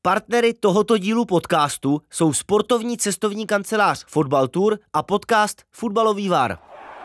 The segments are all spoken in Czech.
Partnery tohoto dílu podcastu jsou sportovní cestovní kancelář Fotbal Tour a podcast Fotbalový VAR.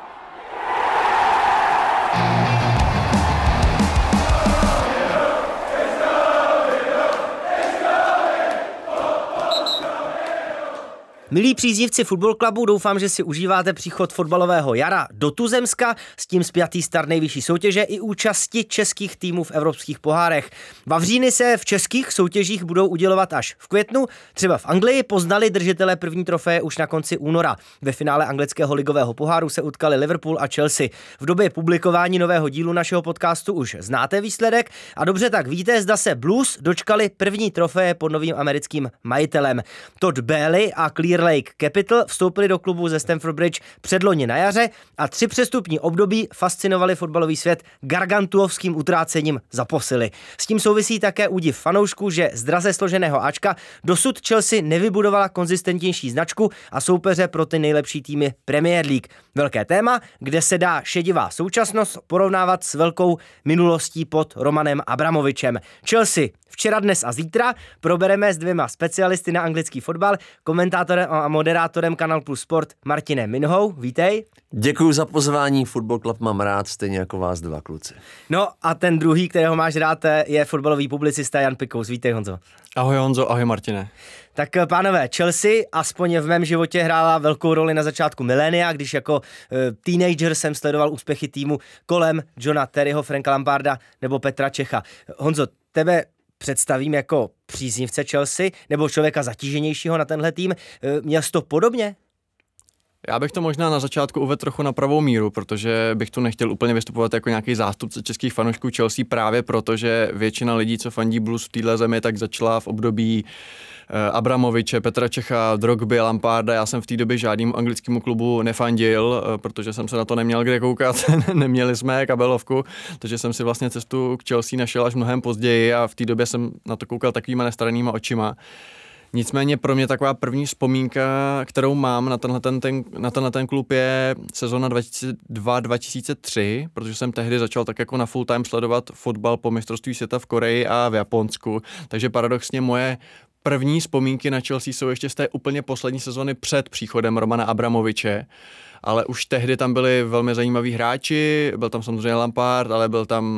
Milí příznivci Fotbal Clubu, doufám, že si užíváte příchod fotbalového jara do Tuzemska, s tím spjatý start nejvyšší soutěže i účasti českých týmů v evropských pohárech. Vavříny se v českých soutěžích budou udělovat až v květnu, třeba v Anglii poznali držitelé první trofeje už na konci února. Ve finále anglického ligového poháru se utkali Liverpool a Chelsea. V době publikování nového dílu našeho podcastu už znáte výsledek a dobře tak víte, zda se Blues dočkali první trofeje pod novým americkým majitelem. Todd Bailey a Clear Lake Capital vstoupili do klubu ze Stamford Bridge předloni na jaře a 3 přestupní období fascinovali fotbalový svět gargantuovským utrácením za posily. S tím souvisí také údiv fanoušků, že z draze složeného Ačka dosud Chelsea nevybudovala konzistentnější značku a soupeře pro ty nejlepší týmy Premier League. Velké téma, kde se dá šedivá současnost porovnávat s velkou minulostí pod Romanem Abramovičem. Chelsea včera, dnes a zítra probereme s 2 specialisty na anglický fotbal, komentátorem a moderátorem Kanal Plus Sport Martinem Minhou. Vítej. Děkuji za pozvání, Fotbal Club mám rád, stejně jako vás 2 kluci. No a ten druhý, kterého máš rád, je fotbalový publicista Jan Pikous. Vítej, Honzo. Ahoj Honzo, ahoj Martine. Tak pánové, Chelsea aspoň v mém životě hrála velkou roli na začátku milénia, když jako teenager jsem sledoval úspěchy týmu kolem Johna Terryho, Franka Lamparda nebo Petra Čecha. Honzo, tebe představím jako příznivce Chelsea nebo člověka zatíženějšího na tenhle tým. Měl jsi to podobně? Já bych to možná na začátku uvedl trochu na pravou míru, protože bych tu nechtěl úplně vystupovat jako nějaký zástupce českých fanoušků Chelsea právě proto, že většina lidí, co fandí Blues v téhle zemi, tak začala v období Abramoviče, Petra Čecha, Drogby, Lamparda. Já jsem v té době žádnému anglickému klubu nefandil, protože jsem se na to neměl kde koukat, neměli jsme kabelovku, takže jsem si vlastně cestu k Chelsea našel až mnohem později a v té době jsem na to koukal takovýma nestaranýma očima. Nicméně pro mě taková první vzpomínka, kterou mám na tenhle klub je sezona 2002-2003, protože jsem tehdy začal tak jako na full time sledovat fotbal po mistrovství světa v Koreji a v Japonsku, takže paradoxně moje první vzpomínky na Chelsea jsou ještě z té úplně poslední sezony před příchodem Romana Abramoviče, ale už tehdy tam byli velmi zajímaví hráči, byl tam samozřejmě Lampard, ale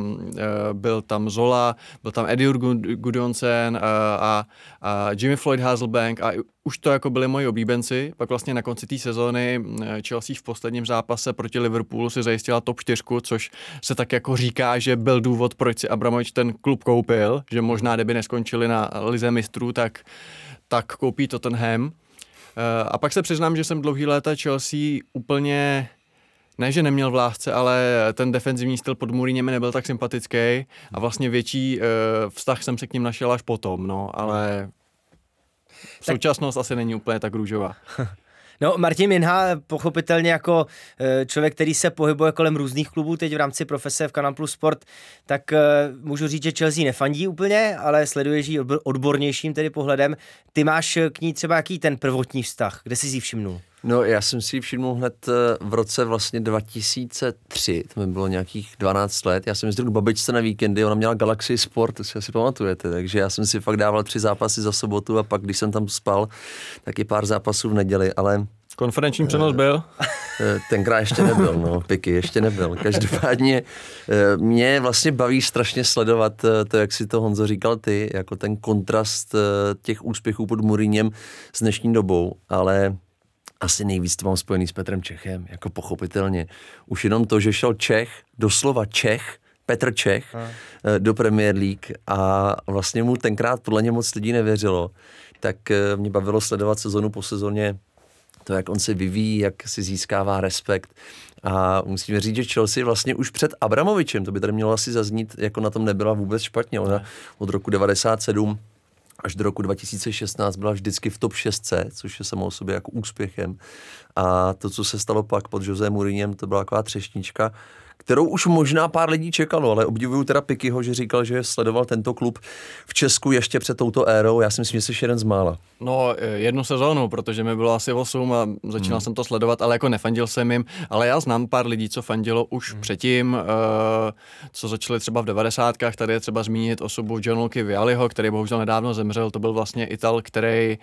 byl tam Zola, byl tam Eddie Gudjonsen a Jimmy Floyd Hasselbank a už to jako byli moji oblíbenci. Pak vlastně na konci té sezóny Chelsea v posledním zápase proti Liverpoolu si zajistila top 4, což se tak jako říká, že byl důvod, proč si Abramovič ten klub koupil, že možná kdyby neskončili na lize mistrů, tak koupí Tottenham. A pak se přiznám, že jsem dlouhý léta Chelsea úplně, ne že neměl v lásce, ale ten defenzivní styl pod Mourinhem mi nebyl tak sympatický a vlastně větší vztah jsem se k ním našel až potom, no, ale současnost asi není úplně tak růžová. No, Martin Minha, pochopitelně jako člověk, který se pohybuje kolem různých klubů teď v rámci profese v Kanal Plus Sport, tak můžu říct, že Chelsea nefandí úplně, ale sleduješ ji odbornějším tedy pohledem. Ty máš k ní třeba jaký ten prvotní vztah? Kde jsi ji všimnul? No, já jsem si ji všimnul hned v roce vlastně 2003, to mi bylo nějakých 12 let. Já jsem jezdil k babičce na víkendy, ona měla Galaxy Sport, to si asi pamatujete, takže já jsem si fakt dával 3 zápasy za sobotu a pak, když jsem tam spal, tak i pár zápasů v neděli, ale... Konferenční přenos byl? Tenkrát ještě nebyl, no, Piky, ještě nebyl. Každopádně mě vlastně baví strašně sledovat to, jak si to Honzo říkal ty, jako ten kontrast těch úspěchů pod Mourinhem s dnešní dobou, ale asi nejvíc to mám spojený s Petrem Čechem, jako pochopitelně. Už jenom to, že šel Čech, doslova Čech, Petr Čech, do Premier League a vlastně mu tenkrát podle něj moc lidí nevěřilo, tak mě bavilo sledovat sezonu po sezóně to, jak on se vyvíjí, jak si získává respekt. A musíme říct, že Chelsea vlastně už před Abramovičem, to by tady mělo asi zaznít, jako na tom nebyla vůbec špatně. Ona od roku 97 až do roku 2016 byla vždycky v top 6, což je samo o sobě jako úspěchem. A to, co se stalo pak pod José Mourinhem, to byla taková třešnička, kterou už možná pár lidí čekalo, ale obdivuju teda Pikyho, že říkal, že sledoval tento klub v Česku ještě před touto érou. Já si myslím, že jsi jeden z mála. No, jednu sezónu, protože mi bylo asi 8 a začínal jsem to sledovat, ale jako nefandil jsem jim, ale já znám pár lidí, co fandilo už předtím, co začali třeba v 90kách, tady je třeba zmínit osobu Gianluigi Vialliho, který bohužel nedávno zemřel, to byl vlastně Ital, který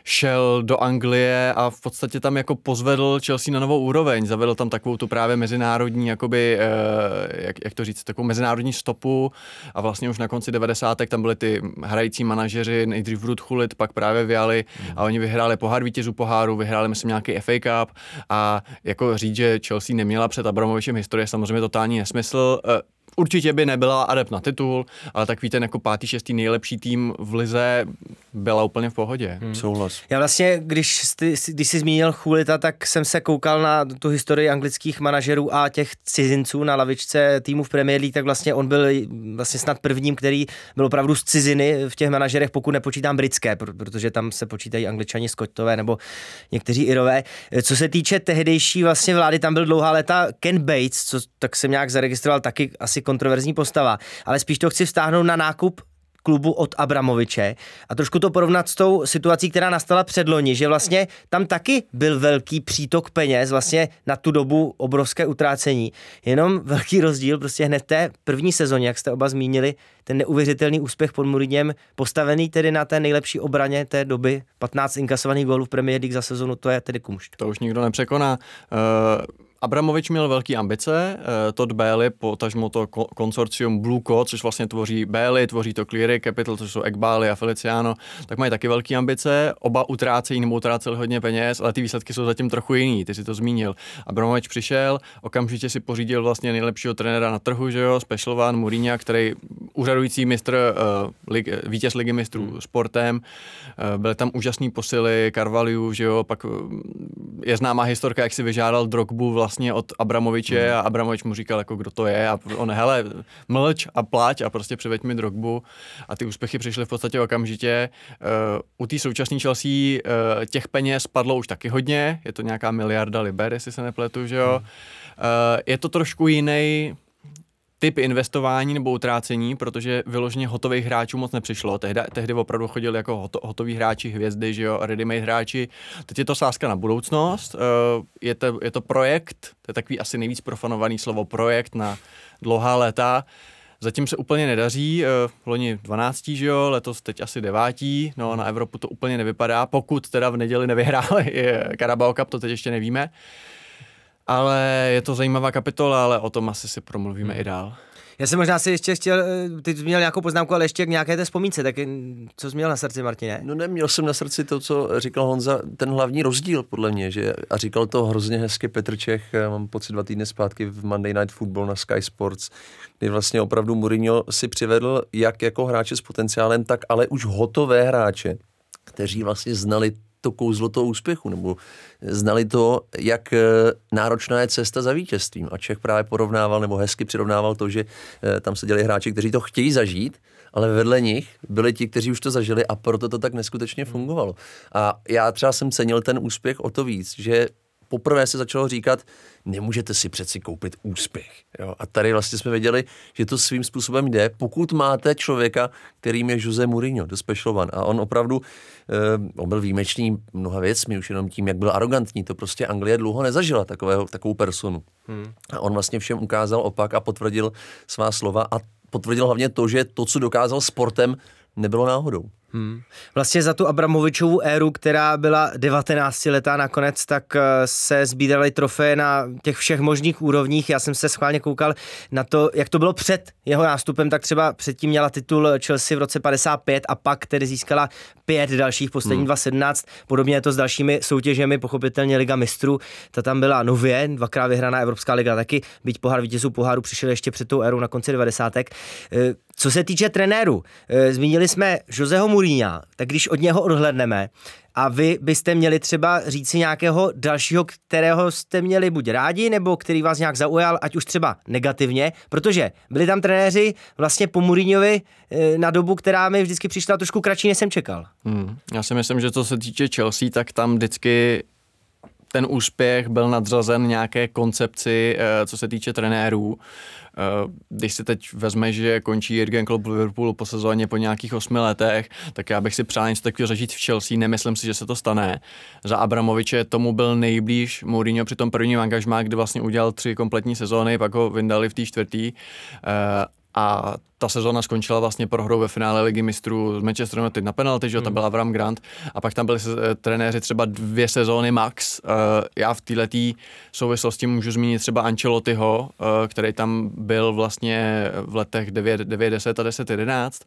šel do Anglie a v podstatě tam jako pozvedl Chelsea na novou úroveň, zavedl tam takovou tu právě mezinárodní, jakoby, jak to říct, takovou mezinárodní stopu a vlastně už na konci 90. tam byly ty hrající manažeři, nejdřív Ruud Gullit, pak právě Vialli a oni vyhráli pohár vítězů poháru, vyhráli myslím nějaký FA Cup a jako říct, že Chelsea neměla před Abramovičem historie, samozřejmě totální nesmysl. Určitě by nebyla adept na titul, ale takový ten jako 5., 6. nejlepší tým v lize byla úplně v pohodě. Souhlas. Já vlastně, když jsi zmínil Gullita, tak jsem se koukal na tu historii anglických manažerů a těch cizinců na lavičce týmu v Premier League, tak vlastně on byl vlastně snad prvním, který byl opravdu z ciziny v těch manažerech, pokud nepočítám britské, protože tam se počítají Angličani, Skotové nebo někteří Irové. Co se týče tehdejší vlastně vlády, tam byl dlouhá léta Ken Bates, co tak jsem nějak zaregistroval, taky asi kontroverzní postava, ale spíš to chci vztáhnout na nákup klubu od Abramoviče a trošku to porovnat s tou situací, která nastala předloni, že vlastně tam taky byl velký přítok peněz, vlastně na tu dobu obrovské utrácení, jenom velký rozdíl prostě hned té první sezóně, jak jste oba zmínili, ten neuvěřitelný úspěch pod Mourinhem, postavený tedy na té nejlepší obraně té doby, 15 inkasovaných gólů v Premier League za sezonu, to je tedy kumšt. To už nikdo nepřekoná. Abramovič měl velké ambice, Todd Bailey, potažmo to konsorcium Blue Coat, což vlastně tvoří Bailey, tvoří to Cleary Capital, což jsou Ekbali a Feliciano, tak mají taky velké ambice, oba utrácejí nebo utráceli hodně peněz, ale ty výsledky jsou zatím trochu jiný, ty si to zmínil. Abramovič přišel, okamžitě si pořídil vlastně nejlepšího trenéra na trhu, že jo, Special One Mourinha, který úřadující mistr, vítěz ligy mistrů sportem, byly tam úžasný posily, Carvalho, že jo, pak je známá historka, jak si vyžádal Drogbu vlastně od Abramoviče a Abramovič mu říkal, jako kdo to je a on, hele, mlč a plať a prostě přiveď mi Drogbu a ty úspěchy přišly v podstatě okamžitě. U té současné Chelsea těch peněz padlo už taky hodně, je to nějaká miliarda liber, jestli se nepletu, že jo. Je to trošku jiný typ investování nebo utrácení, protože vyloženě hotových hráčů moc nepřišlo. Tehdy opravdu chodili jako hotoví hráči, hvězdy, že jo, ready-made hráči. Teď je to sázka na budoucnost. Je to projekt, to je takový asi nejvíc profanovaný slovo projekt na dlouhá léta. Zatím se úplně nedaří, loni 12, že jo, letos teď asi 9, no na Evropu to úplně nevypadá, pokud teda v neděli nevyhráli Carabao Cup, to teď ještě nevíme. Ale je to zajímavá kapitola, ale o tom asi si promluvíme i dál. Já jsem možná si ještě chtěl, ty jsi měl nějakou poznámku, ale ještě k nějaké té vzpomínce, tak co jsi měl na srdci, Martine? No neměl jsem na srdci to, co říkal Honza, ten hlavní rozdíl podle mě, že a říkal to hrozně hezky Petr Čech, mám pocit 2 týdny zpátky v Monday Night Football na Sky Sports, kdy vlastně opravdu Mourinho si přivedl jak jako hráče s potenciálem, tak ale už hotové hráče, kteří vlastně znali to kouzlo toho úspěchu, nebo znali to, jak náročná je cesta za vítězstvím. A Čech právě porovnával, nebo hezky přirovnával to, že tam seděli hráči, kteří to chtějí zažít, ale vedle nich byli ti, kteří už to zažili a proto to tak neskutečně fungovalo. A já třeba jsem cenil ten úspěch o to víc, že poprvé se začalo říkat, nemůžete si přeci koupit úspěch. Jo? A tady vlastně jsme věděli, že to svým způsobem jde, pokud máte člověka, kterým je Jose Mourinho, do Special One. A on opravdu, on byl výjimečný mnoha věcmi, už jenom tím, jak byl arrogantní. To prostě Anglie dlouho nezažila takovou personu. A on vlastně všem ukázal opak a potvrdil svá slova a potvrdil hlavně to, že to, co dokázal sportem, nebylo náhodou. Vlastně za tu Abramovičovu éru, která byla 19letá nakonec, tak se sbíraly trofeje na těch všech možných úrovních. Já jsem se schválně koukal na to, jak to bylo před jeho nástupem, tak třeba předtím měla titul Chelsea v roce 55 a pak tedy získala 5 dalších, poslední 2017. Podobně je to s dalšími soutěžemi, pochopitelně Liga mistrů. Ta tam byla nově, 2krát vyhraná Evropská liga taky, byť pohár vítězů poháru přišel ještě před tou érou na konci 90. Co se týče trenérů, zmínili jsme Joseho Mourinha, tak když od něho odhledneme a vy byste měli třeba říci nějakého dalšího, kterého jste měli buď rádi, nebo který vás nějak zaujal, ať už třeba negativně, protože byli tam trenéři vlastně po Mourinhovi na dobu, která mi vždycky přišla trošku kratší, než jsem čekal. Já si myslím, že co se týče Chelsea, tak tam vždycky ten úspěch byl nadřazen nějaké koncepci, co se týče trenérů. Když si teď vezme, že končí Jürgen Klopp v Liverpoolu po sezóně po nějakých 8 letech, tak já bych si přál něco takového zažít v Chelsea, nemyslím si, že se to stane. Za Abramoviče tomu byl nejblíž Mourinho při tom prvním angažmá, kdy vlastně udělal 3 kompletní sezóny, pak ho vyndali v té 4. A ta sezóna skončila vlastně prohrou ve finále Ligy mistrů z Manchester United na penalty, že tam byl Avram Grant a pak tam byli trenéři třeba 2 sezóny max. Já v této souvislosti můžu zmínit třeba Ancelottiho, který tam byl vlastně v letech 9, 10 a 10, 11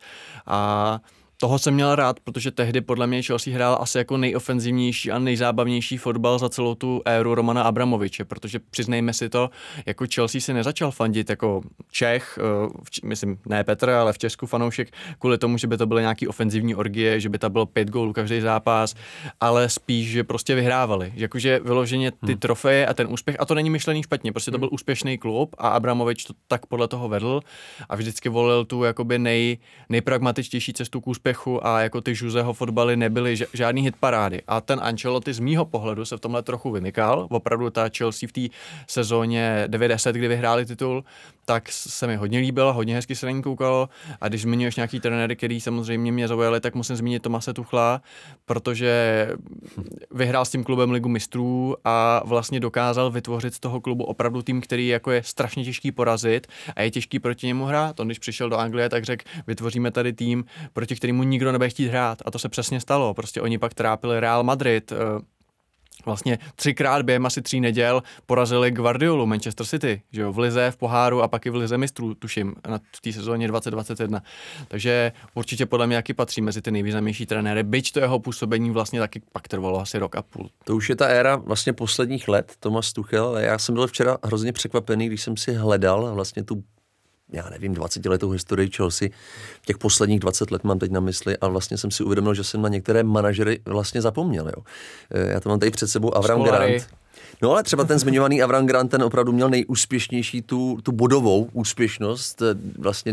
a toho jsem měl rád, protože tehdy podle mě Chelsea hrál asi jako nejofenzivnější a nejzábavnější fotbal za celou tu éru Romana Abramoviče, protože přiznejme si to, jako Chelsea si nezačal fandit jako Čech, myslím ne Petr, ale v Česku fanoušek kvůli tomu, že by to byly nějaký ofenzivní orgie, že by to bylo 5 gólů každý zápas, ale spíš, že prostě vyhrávali. Jakože vyloženě ty trofeje a ten úspěch, a to není myšlený špatně, prostě to byl úspěšný klub a Abramovič to tak podle toho vedl a vždycky volil tu jakoby nejpragmatičtější cestu k úspěchu a jako ty Joseho fotbaly nebyly žádný hitparády. A ten Ancelotti z mýho pohledu se v tomhle trochu vymykal. Opravdu ta Chelsea v té sezóně 90, kdy vyhráli titul, tak se mi hodně líbilo, hodně hezky se na ní koukalo. A když zmiňuješ nějaký trenéry, který samozřejmě mě zaujali, tak musím zmínit Tomase Tuchla, protože vyhrál s tím klubem Ligu mistrů a vlastně dokázal vytvořit z toho klubu opravdu tým, který jako je strašně těžký porazit a je těžký proti němu hrát. On když přišel do Anglie, tak řekl, vytvoříme tady tým, proti kterému nikdo nebude chtít hrát. A to se přesně stalo. Prostě oni pak trápili Real Madrid. Vlastně 3krát během asi 3 neděl porazili Guardiolu, Manchester City, že jo, v lize, v poháru a pak i v lize mistrů, tuším, v té sezóně 2021. Takže určitě podle mě taky patří mezi ty nejvýznamnější trenéry, byť to jeho působení vlastně taky pak trvalo asi 1,5 roku. To už je ta éra vlastně posledních let, Thomas Tuchel, ale já jsem byl včera hrozně překvapený, když jsem si hledal vlastně tu, já nevím, 20letou historii Chelsea, těch posledních 20 let mám teď na mysli a vlastně jsem si uvědomil, že jsem na některé manažery vlastně zapomněl. Jo. Já to mám tady před sebou Avram Grant. No ale třeba ten zmiňovaný Avram Grant, ten opravdu měl nejúspěšnější tu bodovou úspěšnost, vlastně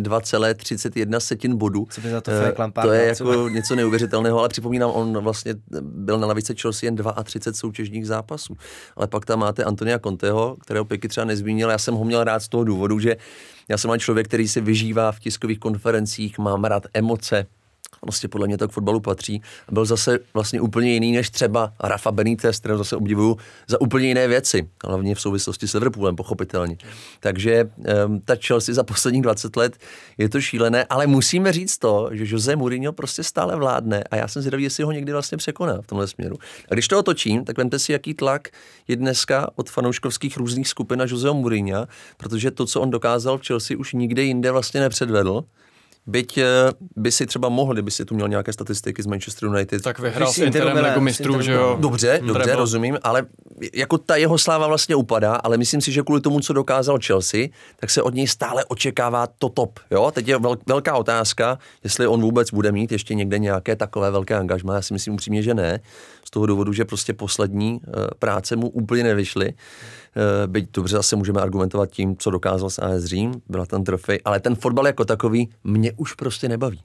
2,31 bodů. Co by za to Frank Lampard? To je jako něco neuvěřitelného, ale připomínám, on vlastně byl na lavice Chelsea jen 32 soutěžních zápasů. Ale pak tam máte Antonia Conteho, kterého Piky třeba nezmínil. Já jsem ho měl rád z toho důvodu, že já jsem člověk, který se vyžívá v tiskových konferencích, mám rád emoce. Vlastně podle mě to k fotbalu patří. Byl zase vlastně úplně jiný než třeba Rafa Benítez, kterého zase obdivuju za úplně jiné věci, hlavně v souvislosti s Liverpoolem, pochopitelně. Takže ta Chelsea za posledních 20 let je to šílené, ale musíme říct to, že Jose Mourinho prostě stále vládne a já jsem zvědavý, jestli ho někdy vlastně překoná v tomhle směru. A když to otočím, tak vemte si, jaký tlak je dneska od fanouškovských různých skupin na Joseho Mourinha, protože to, co on dokázal v Chelsea, už nikde jinde vlastně nepředvedl. Byť by si třeba mohl, kdyby si tu měl nějaké statistiky z Manchester United. Tak vyhrál s Interem Ligu mistrů, že jo? Dobře, rozumím, ale jako ta jeho sláva vlastně upadá, ale myslím si, že kvůli tomu, co dokázal Chelsea, tak se od něj stále očekává to top, jo? Teď je velká otázka, jestli on vůbec bude mít ještě někde nějaké takové velké angažmá. Já si myslím upřímně, že ne. Z toho důvodu, že prostě poslední práce mu úplně nevyšly. Byť dobře zase můžeme argumentovat tím, co dokázal s AS Řím, byla tam trofej, ale ten fotbal jako takový mě už prostě nebaví.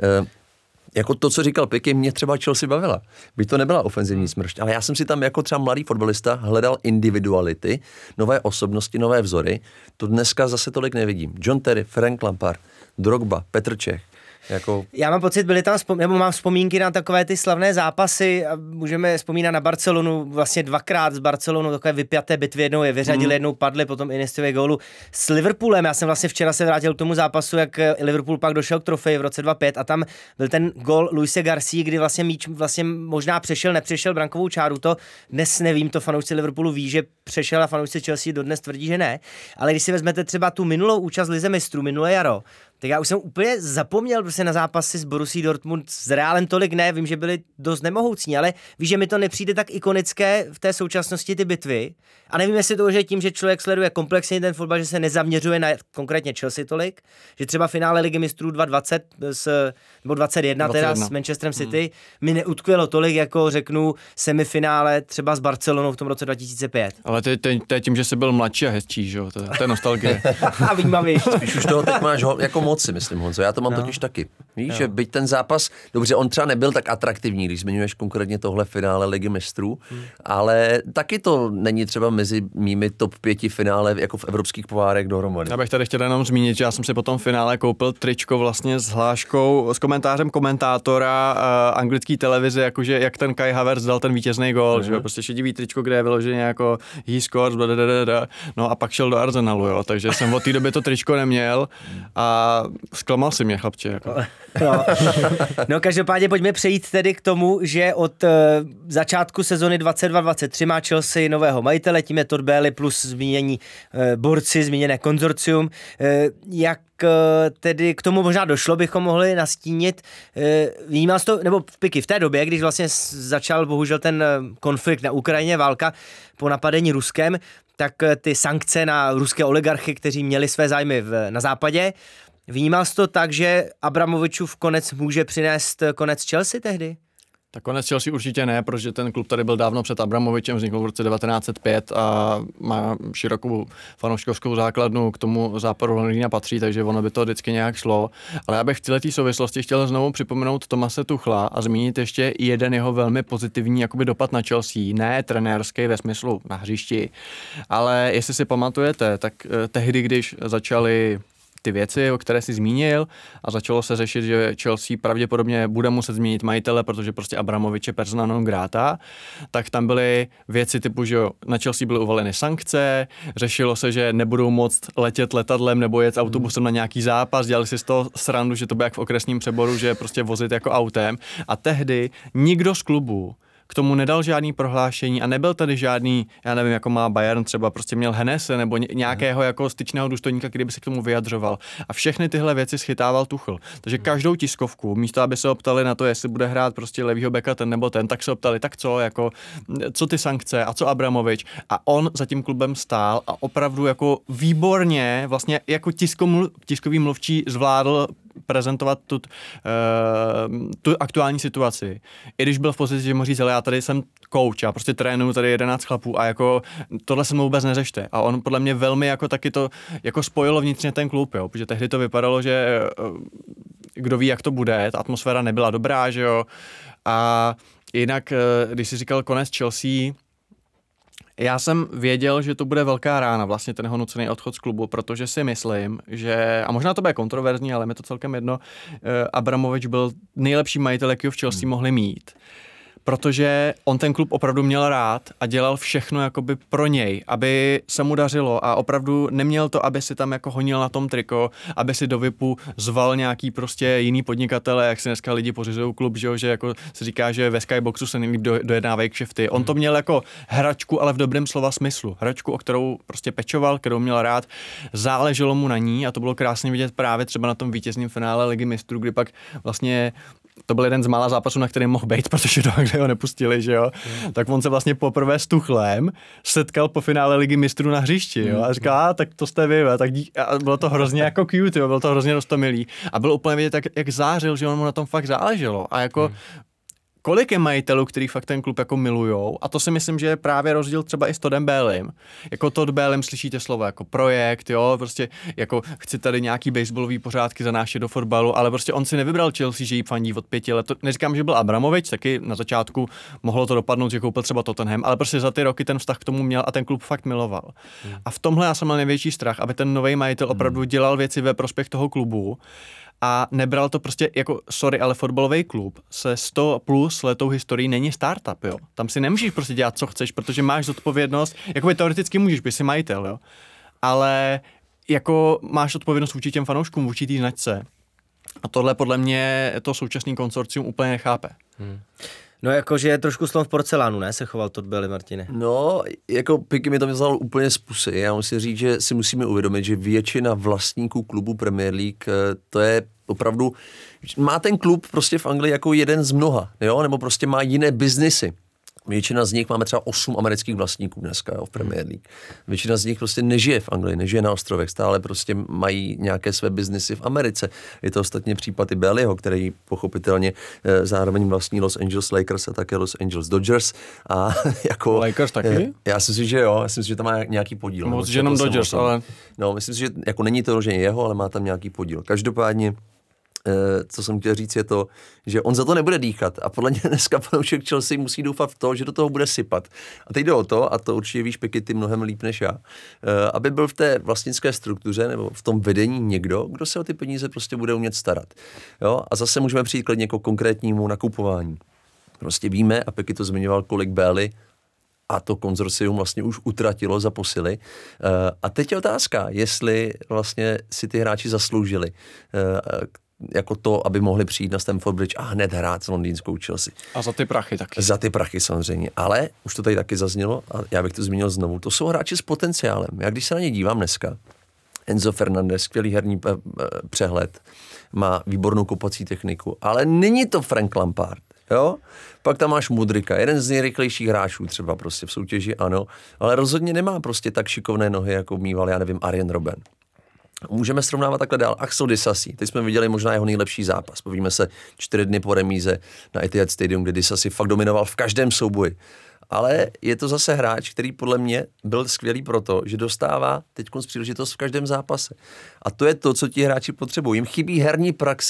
Jako to, co říkal Piky, mě třeba Chelsea bavila. Byť to nebyla ofenzivní smršť, ale já jsem si tam jako třeba mladý fotbalista hledal individuality, nové osobnosti, nové vzory. To dneska zase tolik nevidím. John Terry, Frank Lampard, Drogba, Petr Čech. Jako... Já mám pocit, byly tam mám vzpomínky na takové ty slavné zápasy a můžeme vzpomínat na Barcelonu, vlastně 2krát z Barcelonu, takové vypjaté bitvy, jednou je vyřadili, jednou padli, potom Iniestově gólu s Liverpoolem. Já jsem vlastně včera se vrátil k tomu zápasu, jak Liverpool pak došel k trofeji v roce 2005 a tam byl ten gól Luise Garcia, kdy vlastně míč vlastně možná nepřešel brankovou čáru, to dnes nevím, to fanoušci Liverpoolu ví, že přešel a fanoušci Chelsea dodnes tvrdí, že ne, ale když si vezmete třeba tu minulou účast Lize mistrů, minulé jaro, tak já už jsem úplně zapomněl prostě na zápasy s Borussií Dortmund, s Realem tolik ne, vím, že byli dost nemohoucní, ale víš, že mi to nepřijde tak ikonické v té současnosti ty bitvy. A nevím, jestli to už je tím, že člověk sleduje komplexně ten fotbal, že se nezaměřuje na konkrétně Chelsea tolik, že třeba finále Ligy mistrů 2020 nebo 21 teda s Manchesterem City mi neutkvělo tolik, jako řeknu semifinále třeba s Barcelonou v tom roce 2005. Ale to je tím, že jsi byl mladší a hezčí, že jo? To je nostalgie. A výmavý. Spíš už toho teď máš jako emoci, myslím, Honzo. Já to mám totiž taky. Víš, že byť ten zápas, dobře, on třeba nebyl tak atraktivní, když zmiňuješ konkrétně tohle finále Ligy mistrů, ale taky to není třeba mezi mými top 5 finále jako v evropských pohárech dohromady. Já bych tady chtěl jenom zmínit, že já jsem si po tom finále koupil tričko vlastně s hláškou, s komentářem komentátora anglické televize, jakože jak ten Kai Havertz dal ten vítězný gól, že jo, prostě šedivý tričko, kde je vyloženě jako he scores, no a pak šel do Arsenalu, jo, takže jsem od té doby to tričko neměl a zklamal si mě, chlapče, jako. No každopádně pojďme přejít tedy k tomu, že od začátku sezony 22-23 má Chelsea nového majitele, tím je Todd Boehly plus zmínění borci, zmíněné konzorcium. Jak tedy k tomu možná došlo, bychom mohli nastínit. Vnímal jsi to, nebo Piky, v té době, když vlastně začal bohužel ten konflikt na Ukrajině, válka po napadení Ruskem, tak ty sankce na ruské oligarchy, kteří měli své zájmy na západě, vnímal jsi to tak, že Abramovičův konec může přinést konec Chelsea tehdy? Tak konec Chelsea určitě ne, protože ten klub tady byl dávno před Abramovičem, vznikl v roce 1905 a má širokou fanouškovskou základnu, k tomu západu Londýna patří, takže ono by to vždycky nějak šlo. Ale já bych v této souvislosti chtěl znovu připomenout Tomase Tuchla a zmínit ještě jeden jeho velmi pozitivní jakoby dopad na Chelsea, ne trenérský ve smyslu na hřišti, ale jestli si pamatujete, tak tehdy, když začali ty věci, o které si zmínil a začalo se řešit, že Chelsea pravděpodobně bude muset změnit majitele, protože prostě Abramovič je persona non grata, tak tam byly věci typu, že na Chelsea byly uvaleny sankce, řešilo se, že nebudou moct letět letadlem nebo jet autobusem na nějaký zápas, dělali si z toho srandu, že to bude jak v okresním přeboru, že prostě vozit jako autem a tehdy nikdo z klubu k tomu nedal žádný prohlášení a nebyl tady žádný, já nevím, jako má Bayern třeba, prostě měl Hennese nebo nějakého jako styčného důstojníka, který by se k tomu vyjadřoval. A všechny tyhle věci schytával Tuchel. Takže každou tiskovku, místo aby se optali na to, jestli bude hrát prostě levýho beka ten nebo ten, tak se optali, tak co, jako, co ty sankce a co Abramovič. A on za tím klubem stál a opravdu jako výborně, vlastně jako tiskový mluvčí zvládl prezentovat tu aktuální situaci. I když byl v pozici, že mohl říct, ale já tady jsem coach, já prostě trénuju tady 11 chlapů a jako tohle se mu vůbec neřešte. A on podle mě velmi jako taky to jako spojilo vnitřně ten klub, jo, protože tehdy to vypadalo, že kdo ví, jak to bude, ta atmosféra nebyla dobrá, že jo. A jinak, když jsi říkal konec Chelsea, já jsem věděl, že to bude velká rána, vlastně ten jeho nucený odchod z klubu, protože si myslím, že, a možná to bude kontroverzní, ale mi to celkem jedno, Abramovič byl nejlepší majitel, jakýho v Chelsea mohli mít. Protože on ten klub opravdu měl rád a dělal všechno jakoby pro něj, aby se mu dařilo a opravdu neměl to, aby si tam jako honil na tom triko, aby si do VIPu zval nějaký prostě jiný podnikatele, jak si dneska lidi pořizují klub, že jako se říká, že ve Skyboxu se nejlíp dojednávají kšefty. On to měl jako hračku, ale v dobrém slova smyslu. Hračku, o kterou prostě pečoval, kterou měl rád, záleželo mu na ní a to bylo krásně vidět právě třeba na tom vítězném finále Ligy mistrů, kdy pak vlastně to byl jeden z mála zápasů, na kterém mohl být, protože do Anglie ho nepustili, že jo. Tak on se vlastně poprvé s Tuchlem setkal po finále Ligy mistrů na hřišti, jo. A říkal, tak to jste vy, tak a bylo to hrozně jako cute, jo, bylo to hrozně roztomilý. A bylo úplně vidět, jak zářil, že on mu na tom fakt záleželo. A jako kolik je majitelů, který fakt ten klub jako milujou, a to si myslím, že je právě rozdíl třeba i s Toddem Boehlym. Jako Todd Boehlym slyšíte slovo jako projekt, jo, prostě jako chci tady nějaký baseballový pořádky zanášet do fotbalu, ale prostě on si nevybral Chelsea, že jí fandí od 5 let. To neříkám, že byl Abramovič, taky na začátku mohlo to dopadnout, že koupil třeba Tottenham, ale prostě za ty roky ten vztah k tomu měl a ten klub fakt miloval. A v tomhle já jsem měl největší strach, aby ten nový majitel opravdu dělal věci ve prospěch toho klubu. A nebral to prostě jako, sorry, ale fotbalový klub se 100 plus letou historií není startup, jo. Tam si nemůžeš prostě dělat, co chceš, protože máš zodpovědnost, jakoby teoreticky můžeš, by si majitel, jo. Ale jako máš odpovědnost vůči těm fanouškům, vůči té značce. A tohle podle mě to současný konsorcium úplně nechápe. No jakože je trošku slon v porcelánu, ne? Se choval Todd Boehly, Martine. No, jako Piky mi to vzal úplně z pusy. Já musím říct, že si musíme uvědomit, že většina vlastníků klubu Premier League, to je opravdu, má ten klub prostě v Anglii jako jeden z mnoha, jo? Nebo prostě má jiné biznisy. Většina z nich, máme třeba 8 amerických vlastníků dneska, v Premier League. Většina z nich prostě nežije v Anglii, nežije na ostrovech, stále prostě mají nějaké své biznesy v Americe. Je to ostatně případ i Baileyho, který pochopitelně zároveň vlastní Los Angeles Lakers a také Los Angeles Dodgers. A jako, Lakers taky? Já si myslím, že jo, já si myslím, že tam má nějaký podíl. Moc, že jenom Dodgers, ale... No, myslím si, že jako není to že jeho, ale má tam nějaký podíl. Každopádně co jsem chtěl říct, je to, že on za to nebude dýchat a podle mě dneska fanoušek Chelsea musí doufat v to, že do toho bude sypat. A teď jde o to, a to určitě víš, Piky, ty mnohem líp než já, aby byl v té vlastnické struktuře nebo v tom vedení někdo, kdo se o ty peníze prostě bude umět starat. Jo? A zase můžeme přijít klidně k konkrétnímu nakupování. Prostě víme, a Piky to zmiňoval, kolik Bailey a to konzorcium vlastně už utratilo za posily. A teď je otázka, jestli vlastně si ty hráči zasloužili jako to, aby mohli přijít na Stamford Bridge a hned hrát s londýnskou Chelsea. A za ty prachy taky. Za ty prachy samozřejmě, ale už to tady taky zaznělo a já bych to zmínil znovu. To jsou hráči s potenciálem. Já když se na ně dívám dneska, Enzo Fernandez, skvělý herní přehled, má výbornou kopací techniku, ale není to Frank Lampard. Jo? Pak tam máš Mudryka, jeden z nejrychlejších hráčů třeba prostě v soutěži, ano, ale rozhodně nemá prostě tak šikovné nohy, jako mýval, já nevím, Arjen Robben. Můžeme srovnávat takhle dál. Axel Disasi, teď jsme viděli možná jeho nejlepší zápas. Povíme se 4 dny po remíze na Etihad Stadium, kde Disasi fakt dominoval v každém souboji. Ale je to zase hráč, který podle mě byl skvělý proto, že dostává teď příležitost v každém zápase. A to je to, co ti hráči potřebují. Jim chybí herní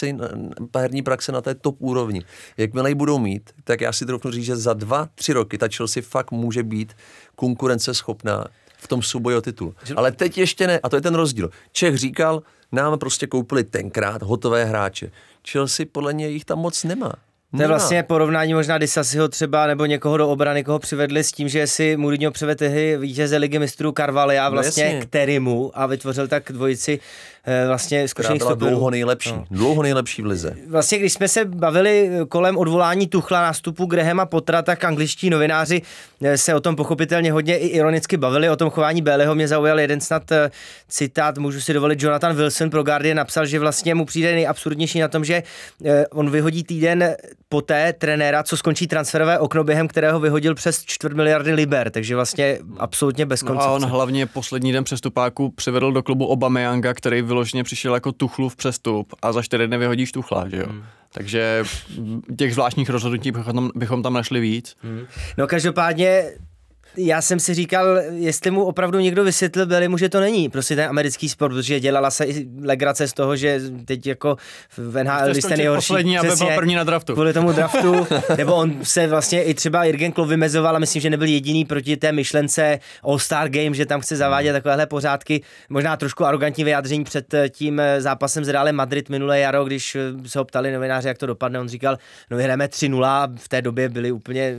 praxe na té top úrovni. Jakmile ji budou mít, tak já si trochu říct, že za 2-3 roky ta Chelsea fakt může být konkurenceschopná v tom souboji o titul. Ale teď ještě ne, a to je ten rozdíl. Čech říkal, nám prostě koupili tenkrát hotové hráče. Chelsea podle něj jich tam moc nemá. To je vlastně porovnání možná Disasiho třeba, nebo někoho do obrany, koho přivedli s tím, že si Mourinho přivedl tehdy vítěze ligy mistrů Carvalha vlastně k Terimu a vytvořil tak dvojici vlastně zkušených stoperů. Dlouho nejlepší v lize. Vlastně když jsme se bavili kolem odvolání Tuchla nástupu Grahama Pottera, tak angličtí novináři se o tom pochopitelně hodně i ironicky bavili, o tom chování Baileyho. Mě zaujal jeden snad citát, můžu si dovolit, Jonathan Wilson pro Guardian napsal, že vlastně mu přijde nejabsurdnější na tom, že on vyhodí týden poté trenéra, co skončí transferové okno, během kterého vyhodil přes 4 miliardy liber, takže vlastně absolutně bez koncepce. A on hlavně poslední den přestupáku přivedl do klubu Aubameyanga, který vyloženě přišel jako Tuchlův přestup a za 4 dny vyhodíš Tuchla, že jo. Takže těch zvláštních rozhodnutí bychom tam našli víc. No každopádně já jsem si říkal, jestli mu opravdu někdo vysvětlil Baileymu, že to není prostě ten americký sport, protože dělala se i legrace z toho, že teď jako v NHL jste nejhorší. Poslední, aby byl první na draftu. Kvůli tomu draftu, nebo on se vlastně i třeba Jürgen Klopp vymezoval a myslím, že nebyl jediný proti té myšlence All-Star Game, že tam chce zavádět takovéhle pořádky. Možná trošku arrogantní vyjádření před tím zápasem s Realem Madrid minulé jaro, když se ho ptali novináři, jak to dopadne, on říkal, no vyhrajeme 3-0, v té době byli úplně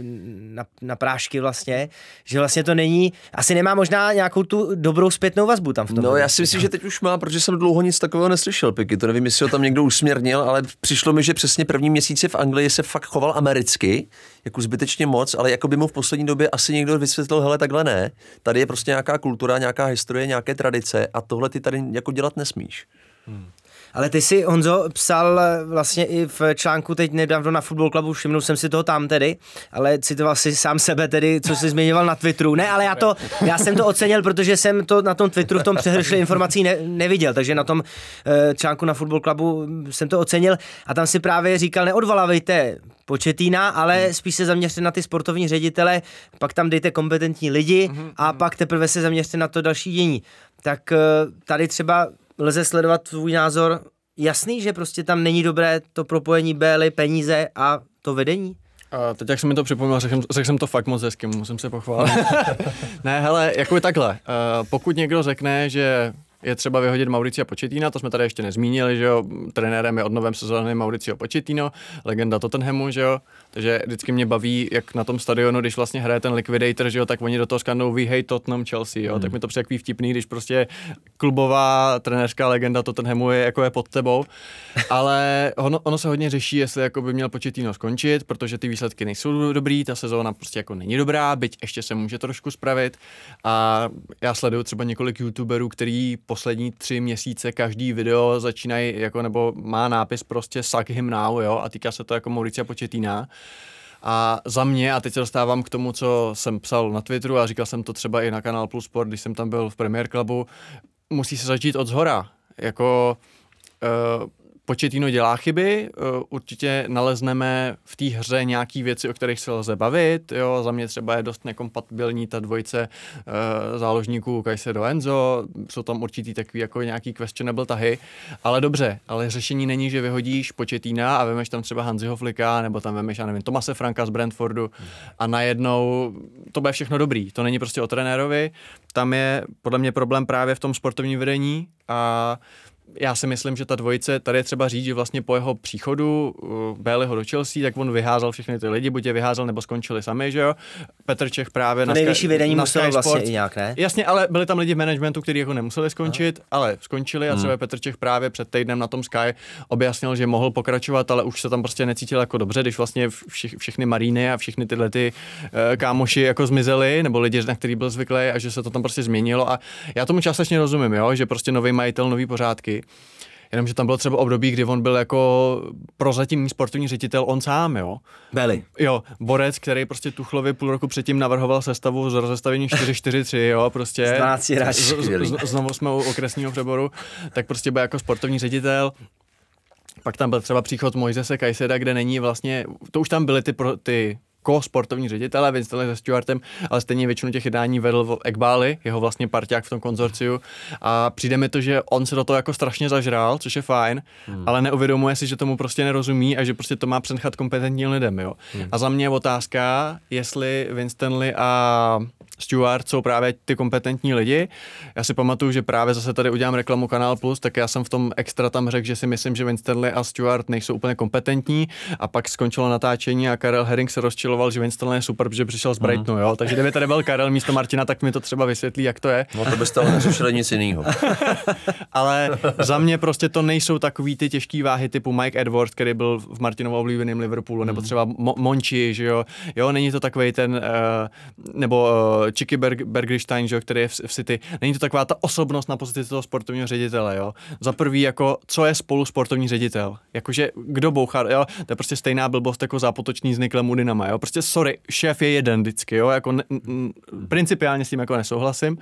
na prášky vlastně. Že vlastně to není, asi nemá možná nějakou tu dobrou zpětnou vazbu tam v tom. No já si myslím, že teď už má, protože jsem dlouho nic takového neslyšel, Piky, to nevím, jestli ho tam někdo usměrnil, ale přišlo mi, že přesně první měsíci v Anglii se fakt choval americky, jako zbytečně moc, ale jako by mu v poslední době asi někdo vysvětlil, hele, takhle ne, tady je prostě nějaká kultura, nějaká historie, nějaké tradice a tohle ty tady jako dělat nesmíš. Ale ty si, Honzo, psal vlastně i v článku teď nedávno na Football Clubu, všimnul jsem si toho tam tedy, ale citoval si sám sebe tedy, co jsi zmiňoval na Twitteru. Ne, ale já jsem to ocenil, protože jsem to na tom Twitteru v tom přehršli informací neviděl, takže na tom článku na Football Clubu jsem to ocenil a tam si právě říkal, neodvalávejte Početína, ale spíš se zaměřte na ty sportovní ředitele, pak tam dejte kompetentní lidi a pak teprve se zaměřte na to další dění. Tak tady třeba lze sledovat tvůj názor jasný, že prostě tam není dobré to propojení Bailey, peníze a to vedení? A teď, jak jsem mi to připomněl, řekl jsem to fakt moc hezky, musím se pochválit. Ne, hele, jako je takhle. Pokud někdo řekne, že je třeba vyhodit Mauricia Pochettina, to jsme tady ještě nezmínili, že jo, trenérem je od novém sezóny Mauricio Pochettino, legenda Tottenhamu, že jo, takže vždycky mě baví, jak na tom stadionu, když vlastně hraje ten Liquidator, že jo, tak oni do toho skandou we hate Tottenham Chelsea, jo, tak mi to přijde vtipný, když prostě klubová trenérská legenda Tottenhamu je pod tebou, ale ono se hodně řeší, jestli jako by měl Pochettino skončit, protože ty výsledky nejsou dobrý, ta sezóna prostě jako není dobrá, byť ještě se může trošku spravit a já sleduju třeba několik youtuberů, který poslední 3 měsíce každý video začínají jako, nebo má nápis prostě suck him now, jo, a týká se to jako Mauricia Pochettina. A za mě, a teď se dostávám k tomu, co jsem psal na Twitteru a říkal jsem to třeba i na Kanál Plus Sport, když jsem tam byl v Premier Clubu, musí se začít od zhora. Jako Pochettino dělá chyby, určitě nalezneme v té hře nějaký věci, o kterých se lze bavit, jo, za mě třeba je dost nekompatibilní ta dvojice záložníků Caicedo Enzo, jsou tam určitý takový jako nějaký questionable tahy, ale dobře, ale řešení není, že vyhodíš Pochettina a vemeš tam třeba Hanziho Flicka, nebo tam vemeš, já nevím, Tomase Franka z Brentfordu a najednou to bude všechno dobrý, to není prostě o trenérovi, tam je podle mě problém právě v tom sportovním vedení a já si myslím, že ta dvojice, tady je třeba říct, že vlastně po jeho příchodu Baileyho do Chelsea, tak on vyházel všechny ty lidi, buď je vyházel, nebo skončili sami, že jo. Petr Čech právě to nejvyšší vedení muselo vlastně i nějak, ne? Jasně, ale byli tam lidi v managementu, kteří jako nemuseli skončit, ale skončili a třeba Petr Čech právě před týdnem na tom Sky objasnil, že mohl pokračovat, ale už se tam prostě necítil jako dobře, když vlastně všechny Maríny a všechny tyhle ty kámoši jako zmizeli, nebo lidi, na který byl zvyklý a že se to tam prostě změnilo a já tomu částečně rozumím, jo, že prostě nový majitel, nový pořádky. Jenomže tam bylo třeba období, kdy on byl jako prozatímní sportovní ředitel on sám, jo. Byli. Jo, borec, který prostě Tuchlovi půl roku předtím navrhoval sestavu z rozestavení 4-4-3, jo, prostě. 12 hráčů. Znovu jsme u okresního přeboru, tak prostě byl jako sportovní ředitel. Pak tam byl třeba příchod Mojzese Caicedo, kde není vlastně, to už tam byly ty sportovní ředitele, Vincentelli se Stuartem, ale stejně většinu těch jednání vedl Ekbali, jeho vlastně parťák v tom konzorciu a přijde mi to, že on se do toho jako strašně zažral, což je fajn, ale neuvědomuje si, že tomu prostě nerozumí a že prostě to má přenechat kompetentním lidem, jo. A za mě je otázka, jestli Winstanley a Stuart jsou právě ty kompetentní lidi. Já si pamatuju, že právě zase tady udělám reklamu Kanál Plus, tak já jsem v tom extra tam řekl, že si myslím, že Winstanley a Stuart nejsou úplně kompetentní a pak skončilo natáčení a Karel Herring se rozčiloval, že Winstanley je super, protože přišel z Brightonu, jo. Takže kdyby tady byl Karel místo Martina, tak mi to třeba vysvětlí, jak to je. No to byste ale neřešili nic jiného. Ale za mě prostě to nejsou takový ty těžký váhy typu Mike Edwards, který byl v Martinovo oblíbeném Liverpoolu, nebo třeba Monchi, že jo. Jo, není to takovej ten, nebo Chicky Bergstein, že jo, který je v City. Není to taková ta osobnost na pozici toho sportovního ředitele, jo. Za prvý, jako, co je spolu sportovní ředitel? Jakože, kdo bouchá, jo, to je prostě stejná blbost jako zápotočný s Niklem Udinama, jo. Prostě sorry, šéf je jeden vždycky, jo, jako principiálně s tím jako nesouhlasím.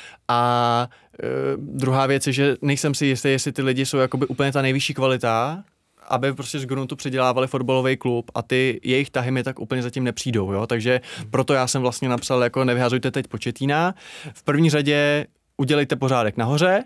A druhá věc je, že nejsem si jistý, jestli ty lidi jsou jakoby úplně ta nejvyšší kvalita, aby prostě z gruntu předělávali fotbalový klub a ty jejich tahy mi tak úplně zatím nepřijdou, jo, takže proto já jsem vlastně napsal jako nevyhazujte teď Pochettina, v první řadě udělejte pořádek nahoře,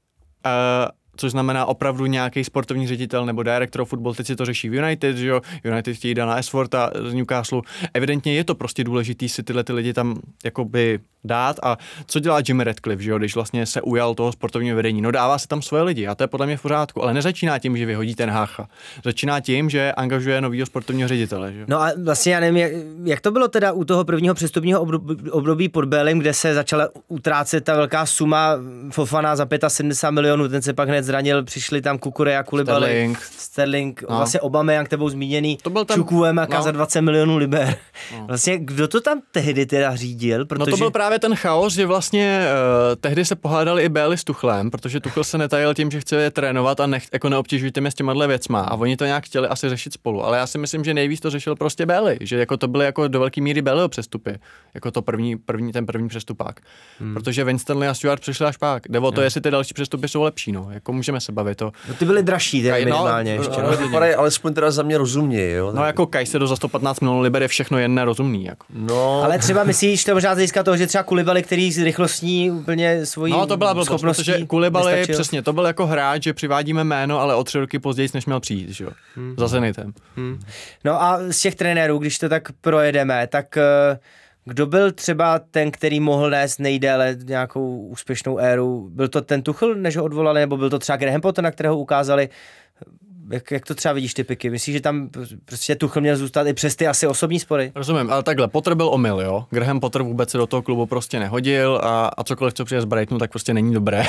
což znamená opravdu nějaký sportovní ředitel nebo director of football, teď si to řeší v United, že jo, United chtějí Dana Ashworta z Newcastle, evidentně je to prostě důležitý si tyhle ty lidi tam jakoby dát a co dělá Jimmy Ratcliffe, že jo, když vlastně se ujal toho sportovního vedení, no dává se tam svoje lidi a to je podle mě v pořádku, ale nezačíná tím, že vyhodí ten Hácha, začíná tím, že angažuje novýho sportovního ředitele, že jo. No a vlastně já nevím, jak to bylo teda u toho prvního přestupního období pod Bélem, kde se začala utrácet ta velká suma Fofana za 75 milionů, ten se pak hned zranil, přišli tam Kukureya, Koulibaly, Sterling, no. Vlastně Aubameyang tebou zmíněný, Chukwuemeka za 20 milionů liber. No. Vlastně kdo to tam tehdy teda řídil? Protože... No to byl právě ten chaos, že vlastně tehdy se pohádali i Bailey s Tuchlem, protože Tuchl se netajil tím, že chce je trénovat a jako neobtěžujte mě s těma věcma a oni to nějak chtěli asi řešit spolu, ale já si myslím, že nejvíc to řešil prostě Bailey, že jako to byly jako do velké míry Baileyho přestupy, jako to ten první přestupák. Protože Winstanley a Stuart přišli až pak. Jde o to, jestli ty další přestupy jsou lepší, no. Jako můžeme se bavit to. No ty byly dražší, teda minimálně ještě. No, vypadají alespoň teda za mě rozumně, jo. No jako Caicedo za 115 milionů liber je všechno jen nerozumný, jako. No. Ale třeba myslíš to možná získat toho, že třeba Koulibaly, který z rychlostní úplně svojí no, to byla blbost, protože Koulibaly přesně, to byl jako hráč, že přivádíme jméno, ale o 3 roky později než měl přijít, že jo. Za Zenitem. No a z těch trenérů, když to tak projedeme, tak kdo byl třeba ten, který mohl nést nejdéle nějakou úspěšnou éru? Byl to ten Tuchl, než ho odvolali, nebo byl to třeba Graham Potter, na kterého ukázali? Jak to třeba vidíš ty piky? Myslíš, že tam prostě Tuchl měl zůstat i přes ty asi osobní spory? Rozumím, ale takhle, Potter byl omyl, jo. Graham Potter vůbec se do toho klubu prostě nehodil a cokoliv, co přijde z Brightonu, tak prostě není dobré.